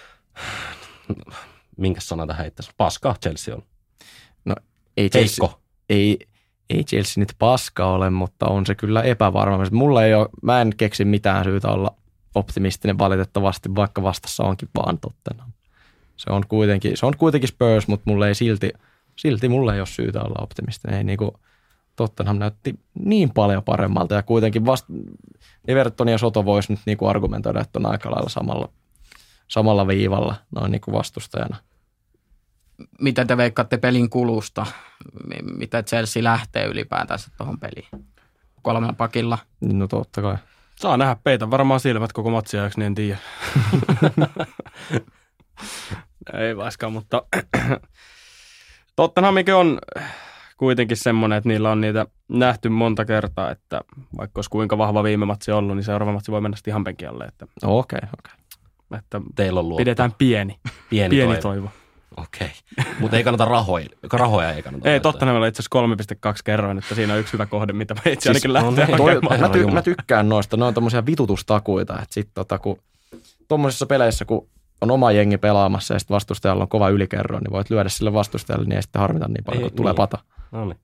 minkä sana tähän heittäisi? Paska Chelsea on. No ei Chelsea. Heikko. Ei Chelsea nyt paska ole, mutta on se kyllä epävarma. Mä en keksi mitään syytä olla optimistinen valitettavasti, vaikka vastassa onkin vaan Tottenham. Se on kuitenkin Spurs, mutta mulle ei silti mulle ei ole syytä olla optimistinen. Ei niinku, Tottenham näytti niin paljon paremmalta ja kuitenkin Everton ja Soto voisi nyt niinku argumentoida, että on aika lailla samalla viivalla noin niinku vastustajana. Mitä te veikkaatte pelin kulusta? Mitä Chelsea lähtee ylipäätänsä tuohon peliin? 3 pakilla? No totta kai. Saa nähdä, peitä varmaan silmät koko matsia, niin en tiedä. Ei vaiskaan, mutta Tottenhamikin on kuitenkin semmoinen, että niillä on niitä nähty monta kertaa, että vaikka olisi kuinka vahva viime matsi ollut, niin seuraava matsi voi mennä sitten ihan penkin alle. Okei. Että teillä on luotto. Pidetään pieni toivo. Okei. Mutta ei kannata rahoja ei kannata. Ei, Tottenhamilla itse asiassa 3,2 kerroin, että siinä on yksi hyvä kohde, mitä me itse ainakin lähtee hakemaan. Mä tykkään noista, ne on tommosia vitutustakuita, että sitten kun tommosissa peleissä, kun on oma jengi pelaamassa ja sitten vastustajalla on kova ylikerroin, niin voit lyödä sille vastustajalle, niin ei sitten harmita niin paljon, kun tulee pata. No niin.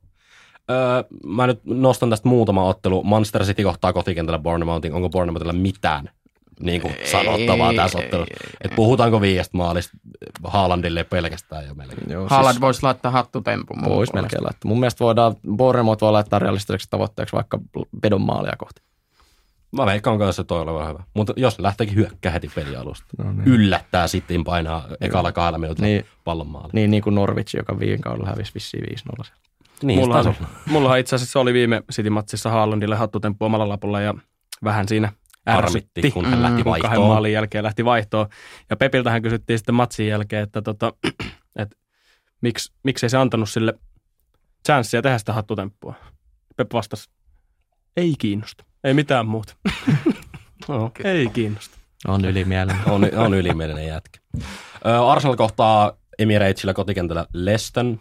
Mä nyt nostan tästä muutama ottelu. Manchester City kohtaa kotikentällä Bournemouthing. Onko Bournemouthilla mitään niin kuin sanottavaa tässä ottelussa. Että puhutaanko 5 maalista Haalandille pelkästään jo melkein. Joo, Haaland voisi laittaa hattutempun. Voisi melkein laittaa. Mun mielestä Bournemouth voi laittaa realistiseksi tavoitteeksi vaikka vedon maalia kohti. Mä veikkaan kanssa, että toi olevan hyvä. Mutta jos ne lähteekin hyökkää heti pelialusta, yllättää sitten painaa ekalla 2 minuutilla pallon maaliin. Niin kuin Norwich, joka viime kaudella hävisi vissiin 5-0. Niin, mullahan itse asiassa oli viime City-matsissa Haalandille hattutemppu omalla lapulla ja vähän siinä ärsytti, kun hän lähti vaihtoon. 2 maalin jälkeen lähti vaihtoon. Ja Pepiltähän kysyttiin sitten matsin jälkeen, että miksei se antanut sille chanssiä tehdä sitä hattutemppua. Pep vastasi, ei kiinnosta, ei mitään muuta. Ei kiinnosta. On ylimielinen. on ylimielinen jätkä. Arsenal kohtaa Emiratesilla kotikentällä Leicestern.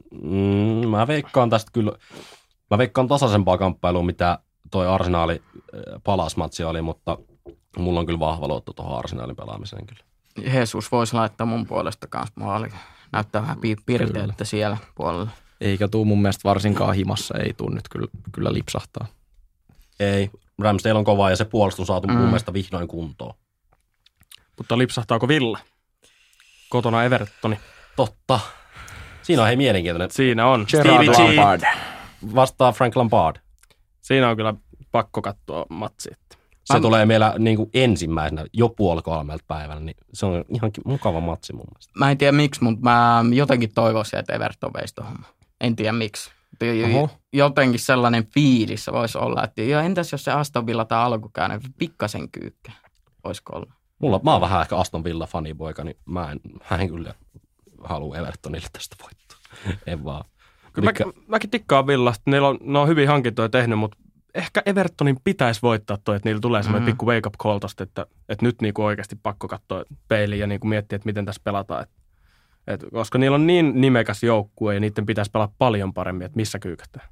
Mä veikkaan tästä kyllä, tasaisempaa kamppailua, mitä toi Arsenaali palasmatsi oli, mutta mulla on kyllä vahva luotto tuohon Arsenaalin pelaamiseen kyllä. Jesus voisi laittaa mun puolesta kanssa maali. Näyttää vähän pirteyttä siellä puolella. Eikä tuu mun mielestä varsinkaan himassa, ei tuu nyt kyllä lipsahtaa. Ei, Ramsdale on kova ja se puolustus on saatu mun mielestä vihdoin kuntoon. Mutta lipsahtaako Villa? Kotona Evertoni. Totta. Siinä on mielenkiintoinen. Siinä on. Gerard Lampard vastaa Frank Lampard. Siinä on kyllä pakko katsoa matsi. Se tulee meillä niin kuin ensimmäisenä jo 2:30 päivänä, niin se on ihan mukava matsi mun mielestä. Mä en tiedä miksi, mutta mä jotenkin toivoisin, että Everton veisi tuohon. En tiedä miksi. Jotenkin sellainen fiilis voisi olla, että entäs jos se Aston Villa tai alkukäinen pikkasen kyykkä, voisiko olla? Mä oon vähän ehkä Aston Villa fanipoika, niin mä en kyllä halua Evertonille tästä voittaa. En vaan. Kyllä mäkin tikkaan Villasta. Ne on hyvin hankintoja tehnyt, mutta ehkä Evertonin pitäisi voittaa toi, että niillä tulee semmoinen pikku wake up call tosta, että nyt niinku oikeasti pakko katsoa peiliin ja niinku miettiä, että miten tässä pelataan. Koska niillä on niin nimekäs joukkue ja niiden pitäisi pelata paljon paremmin, että missä kyykätään.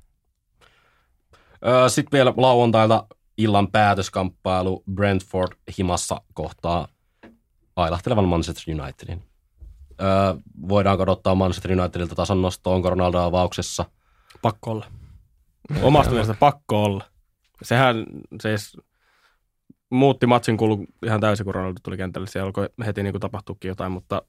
Sitten vielä lauantailta illan päätöskamppailu Brentford himassa kohtaa ailahtelevan Manchester Unitedin. Voidaanko odottaa Manchester Unitedilta tason nostoa, onko Ronaldo avauksessa? Pakko olla. Omasta mielestä pakko olla. Sehän siis muutti matsin kulun ihan täysin, kun Ronaldo tuli kentälle. Siellä alkoi heti niin kuin tapahtuukin jotain, mutta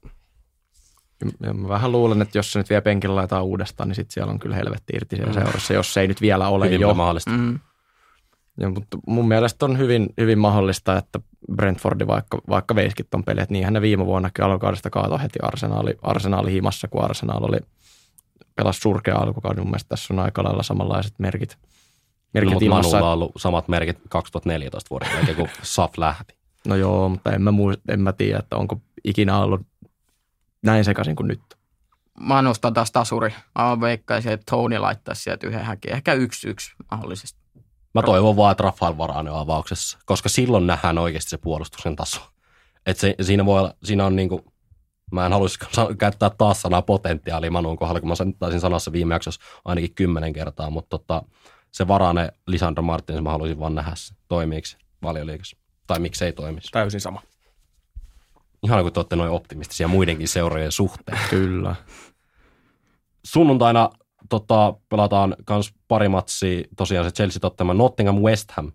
mä vähän luulen, että jos se nyt vielä penkillä laitetaan uudestaan, niin sitten siellä on kyllä helvetti irti siellä seurassa, jos se ei nyt vielä ole hyvin jo. Mahdollista. Ja, mutta mun mielestä on hyvin, hyvin mahdollista, että Brentfordi vaikka veisikin ton peli, että niinhän ne viime vuonnakin alkukaudesta kaatoi heti Arsenaali himassa, kun Arsenaal pelasi surkea alkukauden. Mun mielestä tässä on aika lailla samanlaiset merkit Mutta ilmassa. Manulla on ollut samat merkit 2014 vuoden jälkeen, kun Saf lähti. No joo, mutta en mä tiedä, että onko ikinä ollut näin sekaisin kuin nyt. Manusta taas tasuri. Mä veikkaisin, että Tony laittaisi sieltä yhden häkin. Ehkä 1-1 mahdollisesti. Mä toivon vaan, että Rafael Varane on avauksessa, koska silloin nähdään oikeasti se puolustuksen taso. Että siinä on niinku, mä en haluaisi käyttää taas sanaa potentiaalia Manun kohdalla, kun mä taisin sanoa se viime jaksossa ainakin 10 kertaa, mutta se Varane, Lisandro Martins, mä haluaisin vaan nähdä se, toimiiko se Valioliigassa, tai miksei toimisi. täysin sama. Ihan kun te olette noin optimistisia muidenkin seurojen suhteen. Kyllä. Sunnuntaina pelataan kans pari matsia, tosiaan se Chelsea Nottingham West Ham.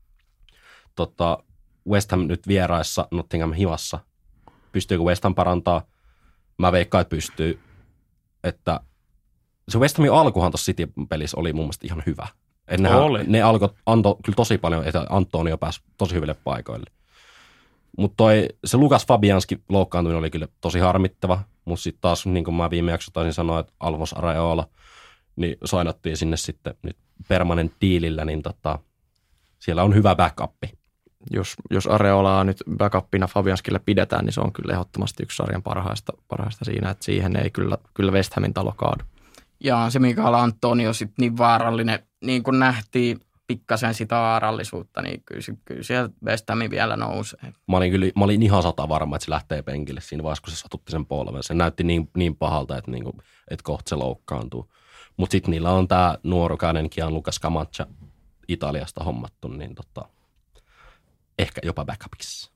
West Ham nyt vieraissa Nottingham hivassa. Pystyykö West Ham parantaa? Mä veikkaan, että pystyy. Että se West Hamin alkuhan tuossa City-pelissä oli mun mielestä ihan hyvä. Ne antoi kyllä tosi paljon, että Antonio pääsi tosi hyville paikoille. Mutta se Lukas Fabianski loukkaantuminen oli kyllä tosi harmittava. Mutta sitten taas, niin kuin mä viime jaksossa taisin sanoa, että Alvos Areola, niin sainattiin sinne sitten nyt permanent diilillä, niin siellä on hyvä backupi. Jos Areolaa nyt backupina Fabianskille pidetään, niin se on kyllä ehdottomasti yksi sarjan parhaista siinä, että siihen ei kyllä West Hamin talo kaadu. Ja se Mikael Antonio sitten niin vaarallinen, niin kuin nähtiin pikkasen sitä vaarallisuutta, niin kyllä siellä West Hamin vielä nousee. Mä olin ihan 100% varma, että se lähtee penkille siinä vaiheessa, kun se satutti sen polven. Se näytti niin pahalta, että kohta se loukkaantuu. Mutta sitten niillä on tämä nuorukainen Gianluca Scamacca Italiasta hommattu, niin ehkä jopa backupissa.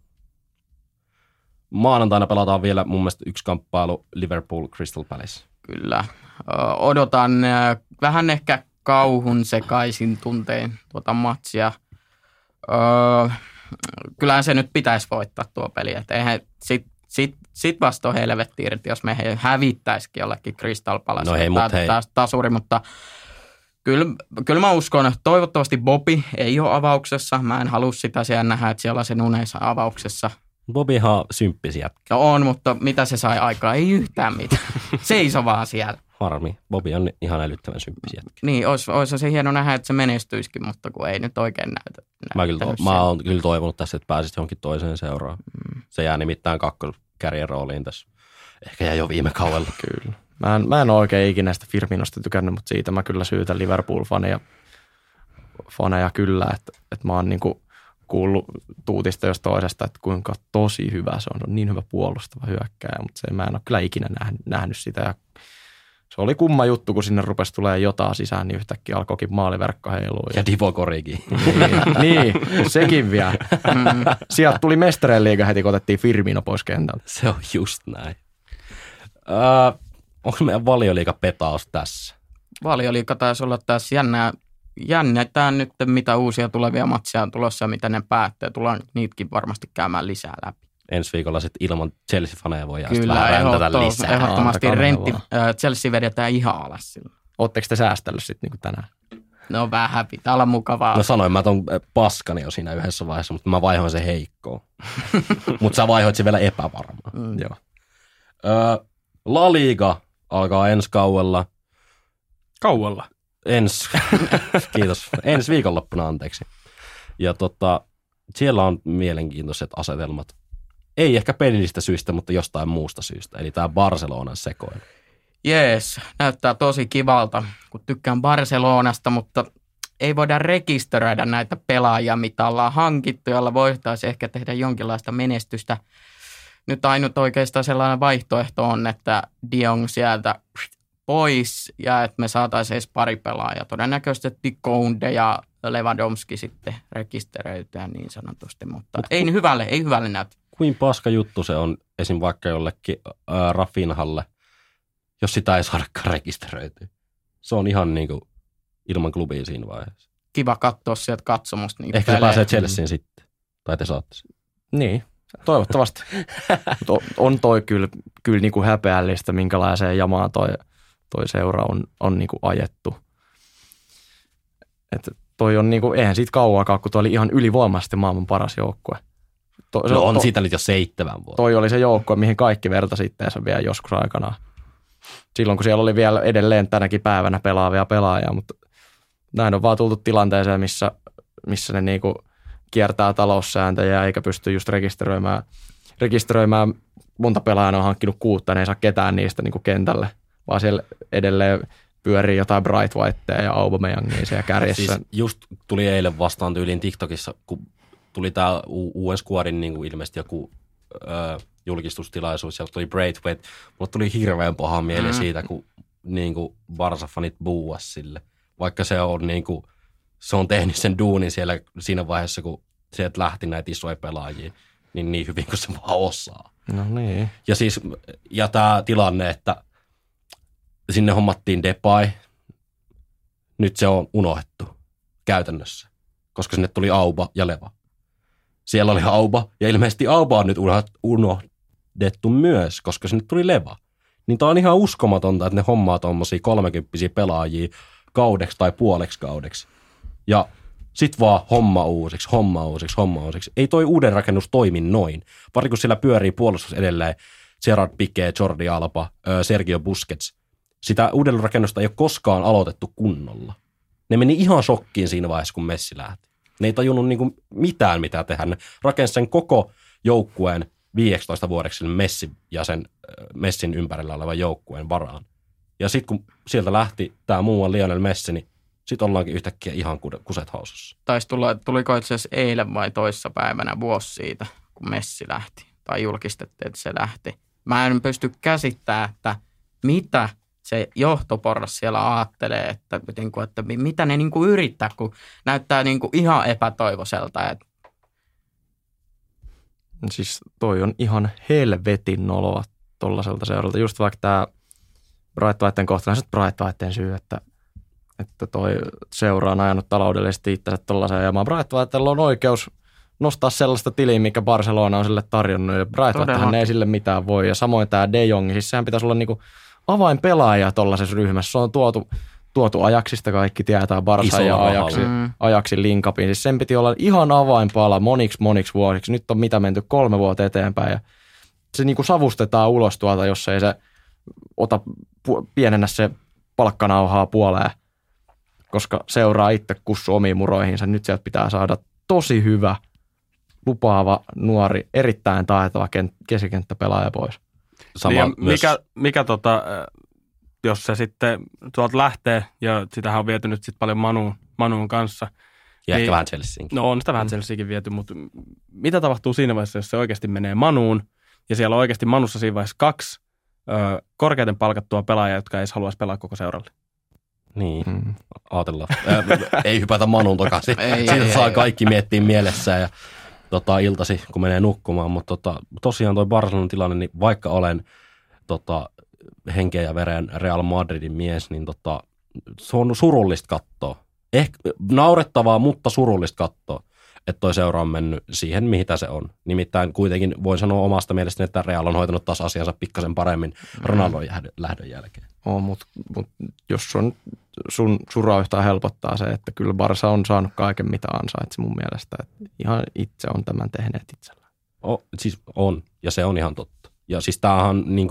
Maanantaina pelataan vielä mun mielestä yksi kamppailu Liverpool Crystal Palace. Kyllä. Odotan vähän ehkä kauhun sekaisin tuntein tuota matsia. kyllähän se nyt pitäisi voittaa tuo peli. Että eihän sit vasta on helvetti irti, jos me hävittäisikin jollekin Crystal Palace. No hei, tasuri, mutta kyllä mä uskon, että toivottavasti Bobby ei ole avauksessa. Mä en halua sitä siellä nähdä, että siellä on se nuneissa avauksessa. Bobbyhan on symppis jätkä. No on, mutta mitä se sai aikaa? Ei yhtään mitään. Seiso vaan siellä. Harmi. Bobby on ihan älyttävän symppis jätkä. Niin, olisi se hieno nähdä, että se menestyisikin, mutta kun ei nyt oikein näytä. Mä oon kyllä toivonut tässä, että pääsisit johonkin toiseen seuraan. Se jää nimittäin kakkoskärjen rooliin tässä. Ehkä jäi jo viime kaudella. Kyllä. Mä en ole oikein ikinä sitä Firminosta tykännyt, mutta siitä mä kyllä syytän Liverpool-faneja kyllä, että mä oon niinku kuullut tuutista jos toisesta, että kuinka tosi hyvä se on. Se on niin hyvä puolustava hyökkääjä, mutta mä en ole kyllä ikinä nähnyt sitä. Ja se oli kumma juttu, kun sinne rupesi tulemaan jotain sisään, niin yhtäkkiä alkoikin maaliverkko heilua. Ja Divock Origikin. niin, sekin vielä. Sieltä tuli Mestarien liiga heti, kun otettiin Firmino pois kentältä. Se on just näin. Onko meidän Valioliiga-petaus tässä? Valioliiga taisi olla tässä jännätään nyt, mitä uusia tulevia matseja on tulossa ja mitä ne päättää. Tullaan niitäkin varmasti käymään lisää läpi. Ensi viikolla sitten ilman Chelsea-faneja voidaan kyllä, vähän räntätä lisää. Ehdottomasti Chelsea vedetään ihan alas silloin. Ootteko te säästellyt sitten niin tänään? No vähän, pitää olla mukavaa. No sanoin mä ton paskani jo siinä yhdessä vaiheessa, mutta mä vaihoin sen heikkoon. Mutta sä vaihoit sen vielä epävarmaan. Joo. La Liga alkaa ensi kauella. Kauella. Kiitos. Ensi viikonloppuna, anteeksi. Ja siellä on mielenkiintoiset asetelmat. Ei ehkä pelillistä syistä, mutta jostain muusta syystä. Eli tämä Barcelonan sekoilu. Jees, näyttää tosi kivalta, kun tykkään Barcelonasta, mutta ei voida rekisteröidä näitä pelaajia, mitä ollaan hankittu, jolla voitaisiin ehkä tehdä jonkinlaista menestystä. Nyt ainut oikeastaan sellainen vaihtoehto on, että De Jong sieltä pois ja että me saataisiin edes pari pelaajaa. Todennäköisesti Kounde ja Lewandowski sitten rekisteröityä niin sanotusti, mutta ei hyvälle näytä. Kuin paska juttu se on esim. Vaikka jollekin Rafinhalle, jos sitä ei saadakaan rekisteröityä. Se on ihan niin kuin ilman klubia siinä vaiheessa. Kiva katsoa sieltä katsomusta. Ehkä se pääsee Chelseain sitten, tai te saatte sen. Niin, toivottavasti. On toi kyllä niin kuin häpeällistä, minkälaiseen jamaan toi seura on niin kuin ajettu. Että toi on niin kuin, eihän siitä kauaakaan, kun toi oli ihan ylivoimaisesti maailman paras joukkue. On siitä nyt jo 7 vuotta. Toi oli se joukkue, mihin kaikki vertasi itteensä vielä joskus aikanaan. Silloin, kun siellä oli vielä edelleen tänäkin päivänä pelaavia pelaajia, mutta näin on vaan tultu tilanteeseen, missä ne niinku kiertää taloussääntöjä eikä pysty just rekisteröimään monta pelaajaa on hankkinut 6, ne ei saa ketään niistä niinku kentälle, vaan siellä edelleen pyörii jotain Bright Whitea ja Aubameyangia siellä kärjessä. Siis just tuli eilen vastaan tyyliin TikTokissa, kun tuli tämä uuden squadin niin ilmeisesti joku julkistustilaisuus, ja tuli Braithwaite. Mulle tuli hirveän paha mieli siitä, kun niin kuin Barca-fanit buuas sille. Vaikka se on, niin kuin, se on tehnyt sen duunin siellä siinä vaiheessa, kun sieltä lähti näitä isoja pelaajia, niin hyvin kuin se vaan osaa. No niin. Ja tämä tilanne, että sinne hommattiin Depay, nyt se on unohdettu käytännössä, koska sinne tuli Auba ja Leva. Siellä oli Auba, ja ilmeisesti Auba on nyt unohdettu myös, koska sinne tuli Leva. Niin tää on ihan uskomatonta, että ne hommaa tommosia 30 pelaajia kaudeksi tai puoleksi kaudeksi. Ja sit vaan homma uusiksi. Ei toi uuden rakennus toimi noin. Pari kun siellä pyörii puolustus edelleen Gerard Piqué, Jordi Alba, Sergio Busquets. Sitä uuden rakennusta ei ole koskaan aloitettu kunnolla. Ne meni ihan shokkiin siinä vaiheessa, kun Messi lähti. Ne ei tajunnut niinku mitään, mitä tehdä. Ne rakensi sen koko joukkueen 15 vuodeksi Messin ympärillä olevan joukkueen varaan. Ja sitten kun sieltä lähti tämä muuan Lionel Messi, niin sitten ollaankin yhtäkkiä ihan kuset hausussa. Tuliko itse asiassa eilen vai toissapäivänä vuosi siitä, kun Messi lähti, tai julkistettiin, että se lähti. Mä en pysty käsittämään, että mitä se johtoporras siellä ajattelee, että mitä ne niinku yrittää, kun näyttää niinku ihan epätoivoiselta. Siis toi on ihan helvetin noloa tollaiselta seuralta. Just vaikka tämä Braithwaiten kohtalainen, se Braithwaiten syy, että toi seura on ajanut taloudellisesti itsensä tollaiseen jamaan. Braithwaitella on oikeus nostaa sellaista tiliä, mikä Barcelona on sille tarjonnut. Ja Brightonhan ei sille mitään voi. Ja samoin tämä De Jong, siis sehän pitäisi olla niinku avainpelaaja tuollaisessa ryhmässä. Se on tuotu Ajaxista, kaikki tietää Barça ja Ajaxin linkapiin. Siis sen piti olla ihan avainpala moniksi vuosiksi. Nyt on menty 3 vuotta eteenpäin ja se niinku savustetaan ulos tuolta, jos ei se pienennä se palkkanauhaa puoleen, koska seuraa itse kussu omiin muroihinsa. Nyt sieltä pitää saada tosi hyvä, lupaava, nuori, erittäin taitava keskikenttäpelaaja pois. Mikä jos se sitten tuolta lähtee, ja sitähän on viety nyt sitten paljon Manuun kanssa. Ja ehkä vähän Chelseainkin. No on sitä vähän Chelseainkin viety, mutta mitä tapahtuu siinä vaiheessa, jos se oikeasti menee Manuun, ja siellä on oikeasti Manussa siinä vaiheessa 2 korkeiten palkattua pelaajaa, jotka ei haluaisi pelaa koko seuralle? Niin, ajatellaan. Ei hypätä Manuun takaisin. Siitä saa kaikki miettiä mielessään ja iltasi, kun menee nukkumaan. Mutta tosiaan toi Barcelonan tilanne, niin vaikka olen henkeä ja veren Real Madridin mies, niin se on surullista katsoa. Ehkä naurettavaa, mutta surullista katsoa, että toi seura on mennyt siihen, mitä se on. Nimittäin kuitenkin voin sanoa omasta mielestäni, että Real on hoitanut taas asiansa pikkasen paremmin Ronaldon lähdön jälkeen. Mutta jos sun suraa yhtään helpottaa se, että kyllä Barça on saanut kaiken, mitä ansaitsi mun mielestä. Että ihan itse on tämän tehneet itsellään. Siis on, ja se on ihan totta. Ja siis tää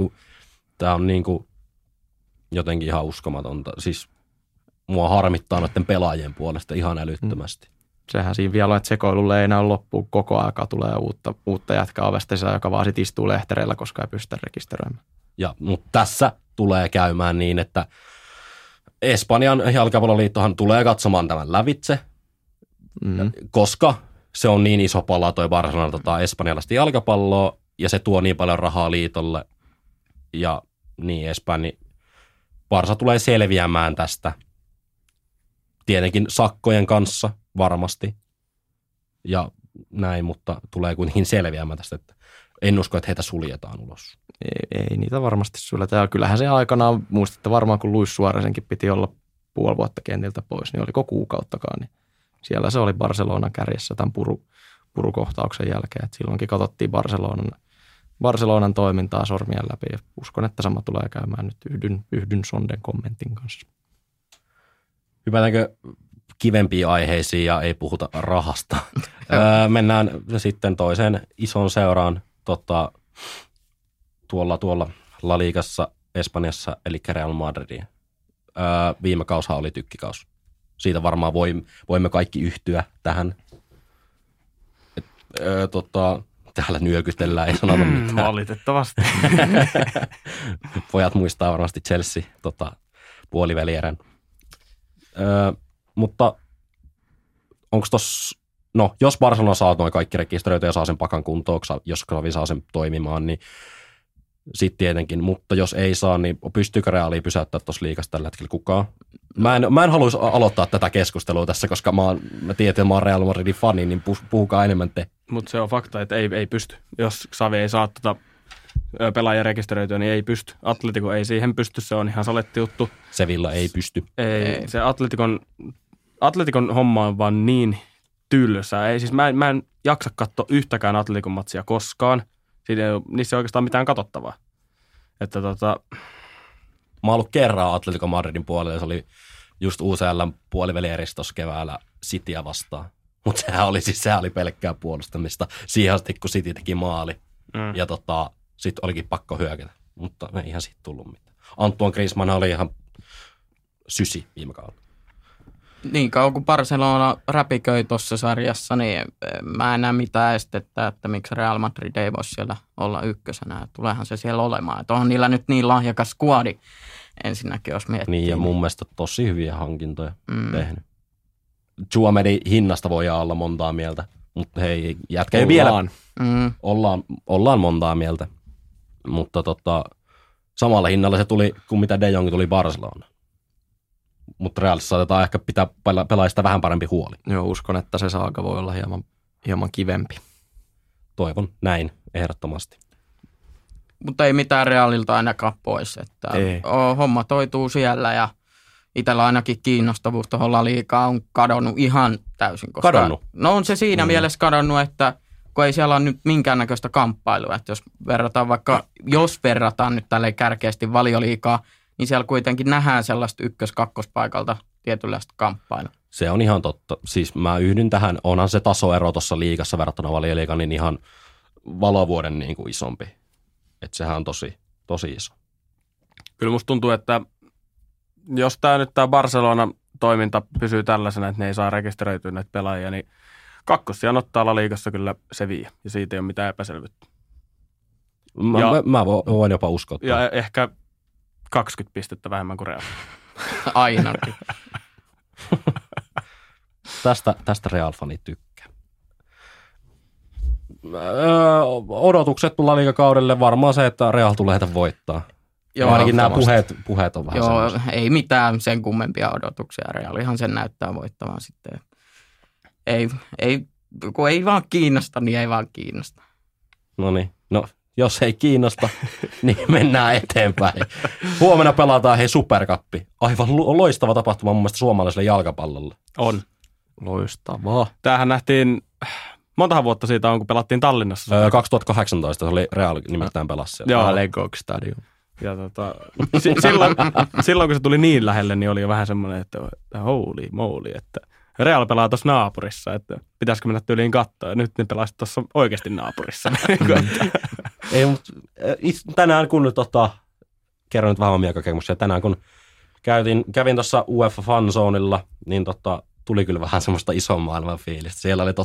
on jotenkin ihan uskomatonta. Siis mua harmittaa noiden pelaajien puolesta ihan älyttömästi. Sehän siinä vielä on, että sekoilulle ei enää loppuun koko aikaa. Tulee uutta jätkää ovesta sisään, joka vaan sitten istuu lehtereillä, koska ei pystytä rekisteröimään. Mutta tässä tulee käymään niin, että Espanjan jalkapalloliittohan tulee katsomaan tämän lävitse, koska se on niin iso pala toi Barcelona espanjalaista jalkapalloa, ja se tuo niin paljon rahaa liitolle, ja niin Barça tulee selviämään tästä. Tietenkin sakkojen kanssa varmasti ja näin, mutta tulee kuitenkin selviämään tästä, että en usko, että heitä suljetaan ulos. Ei niitä varmasti suljetaan. Kyllähän se aikanaan, muistatte varmaan kun Luis Suaresenkin piti olla puoli vuotta kentiltä pois, niin oliko kuukauttakaan, niin siellä se oli Barcelonan kärjessä tämän purukohtauksen jälkeen. Et silloinkin katsottiin Barcelonan toimintaa sormien läpi ja uskon, että sama tulee käymään nyt yhdyn Sonden kommentin kanssa. Hypätäänkö kivempiin aiheisiin ja ei puhuta rahasta? Mennään sitten toiseen ison seuraan tuolla La Ligassa Espanjassa, eli Real Madridin. Viime kaushan oli tykkikaus. Siitä varmaan voimme kaikki yhtyä tähän. Täällä nyökytellään, ei sanota mitään. Valitettavasti. Pojat muistaa varmasti Chelsea puolivälierän. Mutta onko jos Barcelona saa noin kaikki rekisteröity ja saa sen pakan kuntoon, jos Xavi saa sen toimimaan, niin sitten tietenkin. Mutta jos ei saa, niin pystyykö Realia pysäyttää tuossa liigassa tällä hetkellä kukaan? Mä en haluaisi aloittaa tätä keskustelua tässä, koska mä tiedän, että mä oon Real Madridin fani, niin puhukaa enemmän te. Mutta se on fakta, että ei pysty. Jos Xavi ei saa pelaajia rekisteröityä, niin ei pysty. Atletico ei siihen pysty, se on ihan saletti juttu. Sevilla ei pysty. Ei. Se Atleticon homma on vaan niin tylsää. Mä en jaksa katsoa yhtäkään Atleticon matsia koskaan. Niissä ei oikeastaan mitään katsottavaa. Että Mä oon ollut kerran Atletico Madridin puolella, se oli just UCL:n puolivälierissä tuossa keväällä Cityä vastaan. Mutta sehän oli pelkkää puolustamista siihen asti, kun City teki maali. Ja sitten olikin pakko hyökätä, mutta ei ihan siitä tullut mitään. Antoine Griezmann oli ihan sysi viime kaudella. Niin kauan kuin Barcelona räpiköi tuossa sarjassa, niin mä en näe mitään estettä, että miksi Real Madrid ei voi siellä olla ykkösenä. Tuleehan se siellä olemaan. Että on niillä nyt niin lahjakas skuadi ensinnäkin, jos miettii. Niin, ja mun mielestä tosi hyviä hankintoja tehnyt. Suomedin hinnasta voi olla montaa mieltä, mutta hei, jätkä ei vielä. Ollaan montaa mieltä, mutta samalla hinnalla se tuli, kuin mitä De Jong tuli Barcelona. Mutta Realissa saatetaan ehkä pitää pelaajista vähän parempi huoli. Joo, uskon, että se saaga voi olla hieman kivempi. Toivon näin, ehdottomasti. Mutta ei mitään Realilta ainakaan pois. Että homma toituu siellä ja itsellä ainakin kiinnostavuus tuohon La Ligaan on kadonnut ihan täysin. Koska, Kadonnut? No on se siinä mielessä kadonnut, että kun ei siellä ole nyt minkäännäköistä kamppailua. Että jos verrataan nyt tälleen kärkeästi Valioliigaa, niin siellä kuitenkin nähdään sellaista ykkös-kakkospaikalta tietynlaista kamppailua. Se on ihan totta. Siis mä yhdyn tähän. Onhan se tasoero tuossa liigassa verrattuna Valioliigaan niin ihan valovuoden niin kuin isompi. Että sehän on tosi iso. Kyllä musta tuntuu, että jos tämä Barcelona-toiminta pysyy tällaisena, että ne ei saa rekisteröityä näitä pelaajia, niin kakkossijan ottaa La Ligassa kyllä Sevilla, ja siitä ei ole mitään epäselvyyttä. Mä voin jopa uskoa. Ja ehkä 20 pistettä vähemmän kuin Real. Ainakin. Tästä Real-fani tykkää. Odotukset La Liga-kaudelle varmaan se, että Real tulee heitä voittaa. Joo, ainakin nämä puheet on vähän joo, semmoista. ei mitään sen kummempia odotuksia. Realihan sen näyttää voittamaan sitten. Kun ei vaan kiinnosta, niin ei vaan kiinnosta. No jos ei kiinnosta, niin mennään eteenpäin. Huomenna pelataan Supercuppi. Aivan loistava tapahtuma mun mielestä suomalaiselle jalkapallolle. On. Loistavaa. Tämähän nähtiin, montahan vuotta siitä on, kun pelattiin Tallinnassa. 2018 se oli Real nimeltään pelasi siellä. Joo. Legok Stadium. Ja silloin kun se tuli niin lähelle, niin oli jo vähän semmoinen, että holy moly, että Real pelaa tuossa naapurissa, että pitäisikö mennä tyyliin katsoa. Ja nyt ne pelasivat tuossa oikeasti naapurissa. Ei, mutta tänään kun kerron nyt vähän omia kokemuksia. Tänään kun kävin tuossa UEFA Fanzoneilla, niin tuli kyllä vähän semmoista ison maailman fiilistä. Siellä oli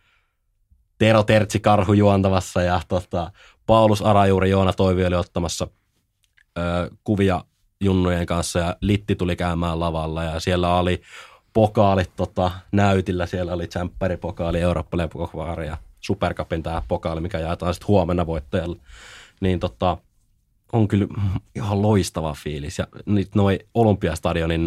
Tero Tertsi Karhu juontavassa ja Paulus Arajuuri Joona Toivi oli ottamassa kuvia junnujen kanssa ja Litti tuli käymään lavalla ja siellä oli pokaalit näytillä. Siellä oli tsemppäripokaali, Eurooppa-lepokokvaari ja Supercupin tämä pokaali, mikä jaetaan sitten huomenna voittajalle. Niin on kyllä ihan loistava fiilis. Ja nyt noi Olympiastadionin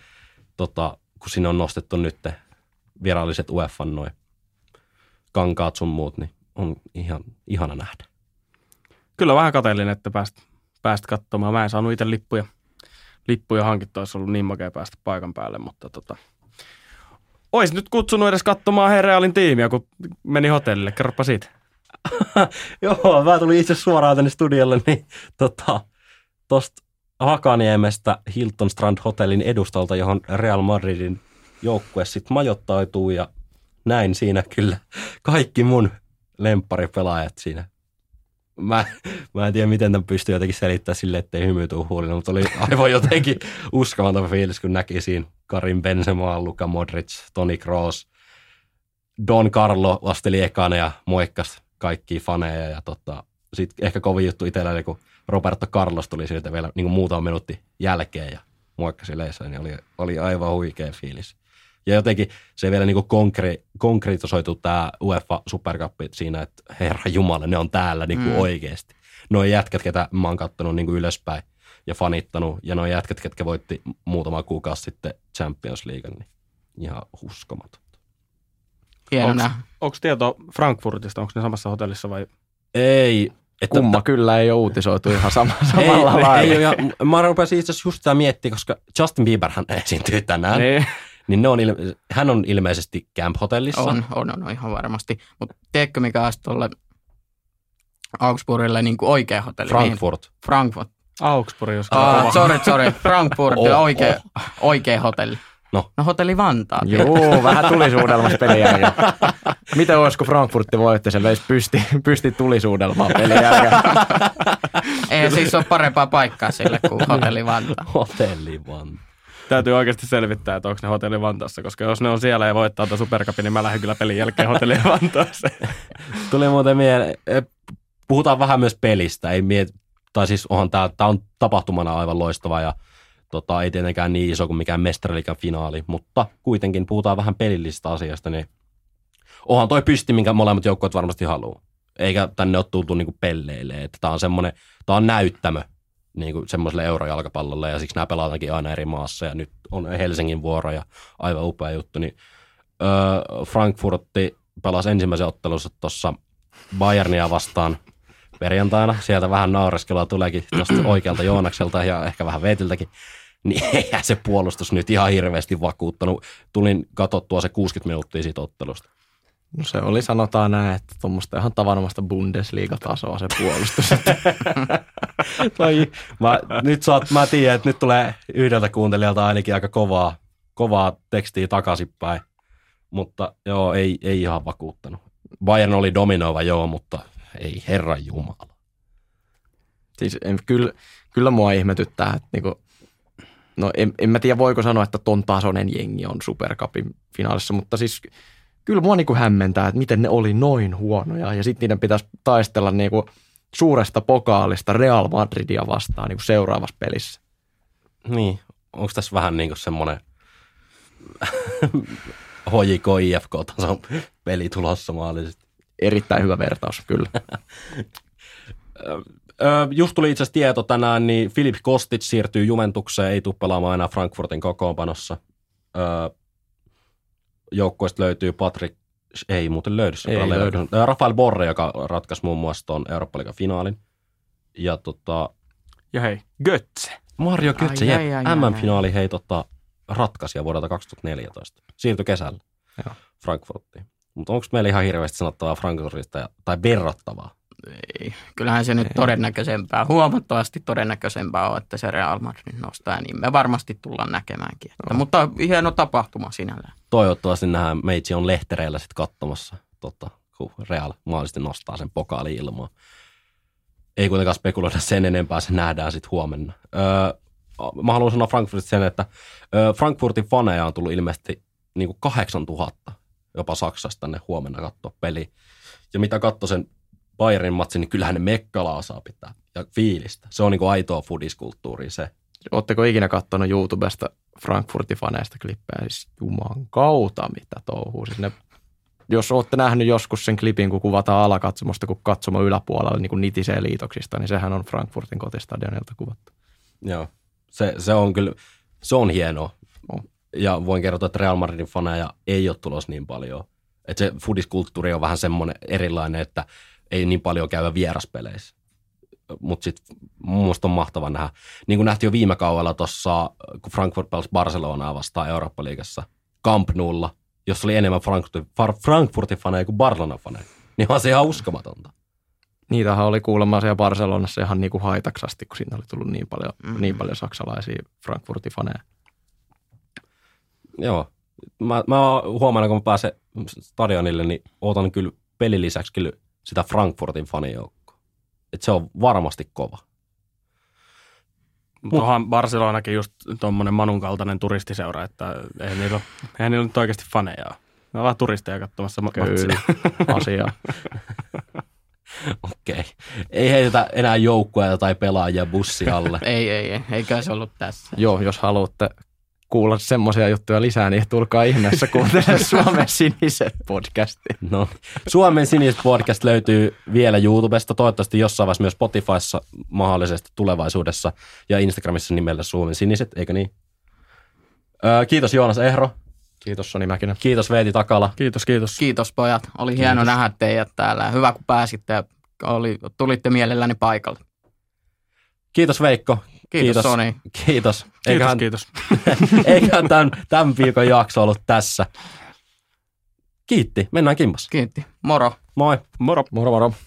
kun sinne on nostettu nyt viralliset UEFan noi kankaat sun muut, niin on ihan ihana nähdä. Kyllä vähän kateellinen, että pääst katsomaan. Mä en saanut itse lippuja hankittua, olisi ollut niin makea päästä paikan päälle, mutta ois nyt kutsunut edes katsomaan Realin tiimiä, kun meni hotellille. Kerropa siitä. Joo, mä tulin itse suoraan tänne studiolle, niin tosta Hakaniemestä Hilton Strand Hotellin edustolta, johon Real Madridin joukkue sitten majoittautuu ja näin siinä kyllä kaikki mun lempparipelaajat siinä. Mä en tiedä, miten tämän pystyy jotenkin selittämään silleen, ettei hymy tuu huulilla, mutta oli aivan jotenkin uskomaton fiilis, kun näki siinä Karim Benzema, Luka Modric, Toni Kroos, Don Carlo vasteli ekana ja moikkasi kaikkia faneja ja sitten ehkä kovin juttu itsellä, kun Roberto Carlos tuli siltä vielä niin kuin muutama minuutti jälkeen ja moikkasi yleisöön, niin oli aivan huikea fiilis. Ja jotenkin se vielä niin kuin konkretisoituu tämä UEFA Supercup siinä, että herra jumala, ne on täällä niin kuin oikeasti. Nuo jätkät, ketä mä oon kattonut niin kuin ylöspäin ja fanittanut, ja nuo jätkät, ketkä voitti muutama kuukausi sitten Champions League, niin ihan uskomaton. Onko tieto Frankfurtista, onko ne samassa hotellissa vai? Ei. Kumma kyllä ei ole uutisoitu ihan samalla lailla. Ei, ja mä rupesin itse asiassa just sitä miettiä, koska Justin Bieberhän esiintyy tänään. Niin hän on ilmeisesti Camp-hotellissa. On ihan varmasti. Mutta tiedätkö mikä olisi tuolle Augsburgille niin kuin oikea hotelli? Frankfurt. Augsburg, jos Sorry. Frankfurt oikea hotelli. No hotelli Vantaa. Joo, vähän tulisuudelmassa pelin jälkeen. Miten olisi, kun Frankfurtti voitti, se veisi pysti tulisuudelmaan pelin jälkeen. Ei siis ole parempaa paikkaa sille kuin hotelli Vantaa. Hotelli Vantaa. Täytyy oikeasti selvittää, että onko ne hotelli Vantaassa, koska jos ne on siellä ja voittaa tuon Supercupin, niin mä lähden kyllä pelin jälkeen hotelliin Vantaassa. Tuli muuten mieleen, puhutaan vähän myös pelistä, tai siis tämä on tapahtumana aivan loistava ja ei tietenkään niin iso kuin mikään mestariliigan finaali, mutta kuitenkin puhutaan vähän pelillisistä asioista, niin onhan toi pysti, minkä molemmat joukkueet varmasti haluaa. Eikä tänne ole tultu niinku pelleille, että tämä on näyttämö niinku semmoiselle eurojalkapallolle ja siksi nämä pelataankin aina eri maassa ja nyt on Helsingin vuoro ja aivan upea juttu, niin Frankfurtti pelasi ensimmäisen ottelussa tuossa Bayernia vastaan perjantaina. Sieltä vähän naureskelua tuleekin tuosta oikealta Joonakselta ja ehkä vähän Veetiltäkin. niin eihän se puolustus nyt ihan hirveästi vakuuttanut. Tulin katsottua se 60 minuuttia siitä ottelusta. No se oli, sanotaan näin, että tuommoista ihan tavanomaista Bundesliga-tasoa se puolustus. Mä tiedän, että nyt tulee yhdeltä kuuntelijalta ainakin aika kovaa tekstiä takaisinpäin. Mutta joo, ei ihan vakuuttanut. Bayern oli dominoiva, joo, mutta ei herran jumala. Siis kyllä mua ihmetyttää, että niinku, no en mä tiedä voiko sanoa, että ton tasoinen jengi on Supercupin finaalissa, mutta siis kyllä mua niinku hämmentää, että miten ne oli noin huonoja ja sitten niiden pitäisi taistella niinku suuresta pokaalista Real Madridia vastaan niinku seuraavassa pelissä. Niin, onko tässä vähän niin kuin semmoinen HJK IFK-tason peli tulossa mahdollisesti? Erittäin hyvä vertaus, kyllä. Just tuli itse asiassa tieto tänään, niin Filip Kostic siirtyy Juventukseen, ei tule pelaamaan enää Frankfurtin kokoonpanossa. Joukkoista löytyy ei muuten löydy. Rafael Borre, joka ratkaisi muun muassa tuon Eurooppa-liigan finaalin. Ja hei, Götze. Mario Götze, MM-finaali ratkaisija vuodelta 2014. Siirtyi kesällä Frankfurtiin. Mutta onko meillä ihan hirveästi sanottavaa Frankfurtista tai verrattavaa? Ei. Kyllähän se nyt todennäköisempää, huomattavasti todennäköisempää on, että se Real Madrid nostaa, ja niin me varmasti tullaan näkemäänkin. Mutta hieno tapahtuma sinällään. Toivottavasti nähdään meitsi on lehtereillä sitten katsomassa, kun Real mahdollisesti nostaa sen pokaali ilmaan. Ei kuitenkaan spekuloida sen enempää, se nähdään sitten huomenna. Mä haluan sanoa Frankfurtista sen, että Frankfurtin faneja on tullut ilmeisesti niin kuin 8000 jopa Saksasta tänne huomenna katsoa peliä. Ja mitä katsoi sen Bayernin matsin, niin kyllähän ne mekkalaa saa pitää ja fiilistä. Se on niin kuin aitoa foodiskulttuuria se. Ootteko ikinä katsonut YouTubesta Frankfurtin faneista klippejä? Siis juman kautta mitä touhuu. Siis jos ootte nähnyt joskus sen klipin, kun kuvataan alakatsomosta, kun katsomo yläpuolella niin kuin nitisee liitoksista, niin sehän on Frankfurtin kotistadionilta kuvattu. Joo, se on kyllä, se on hienoa. Ja voin kertoa, että Real Madridin faneja ei ole tulossa niin paljon. Että se foodiskulttuuri on vähän semmoinen erilainen, että ei niin paljon käydä vieraspeleissä. Mutta sitten mun mielestä on mahtava nähdä. Niin kuin nähtiin jo viime kaudella tuossa, kun Frankfurt pelasi Barcelonaa vastaan Eurooppa-liigassa Camp Noulla, jossa oli enemmän Frankfurtin faneja kuin Barcelonan faneja. Niin on se ihan uskomatonta. Niitähän oli kuulemma siellä Barcelonassa ihan niin kuin haitaksasti, kun siinä oli tullut niin paljon saksalaisia Frankfurtin faneja. Joo. Mä huomaan, kun mä pääsen stadionille, niin ootan kyllä pelin lisäksi kyllä sitä Frankfurtin fanijoukkoa. Että se on varmasti kova. Onhan Barcelonakin just tuommoinen Manun kaltainen turistiseura, että eihän niillä nyt oikeasti faneja ole. Ne on vaan turisteja katsomassa matsia. Asiaa. Okei. Ei heitetä enää joukkueita tai pelaajia bussi alle. Eikä se ollut tässä. Joo, jos haluatte kuulla semmoisia juttuja lisää, niin tulkaa ihmeessä kuuntelemaan Suomen siniset podcastia. No, Suomen siniset podcast löytyy vielä YouTubesta, toivottavasti jossain vaiheessa myös Spotifyssa mahdollisesti tulevaisuudessa ja Instagramissa nimellä Suomen siniset, eikö niin? Kiitos Joonas Ehro. Kiitos Soni Mäkinen. Kiitos Veeti Takala. Kiitos. Kiitos pojat. Oli hieno nähdä teidät täällä. Hyvä kun pääsitte ja tulitte mielelläni paikalle. Kiitos Veikko. Kiitos Soni. Kiitos. Kiitos. Eiköhän tämän viikon jakso ollut tässä. Kiitti. Mennään kimpas. Kiitti. Moro. Moi. Moro. Moro.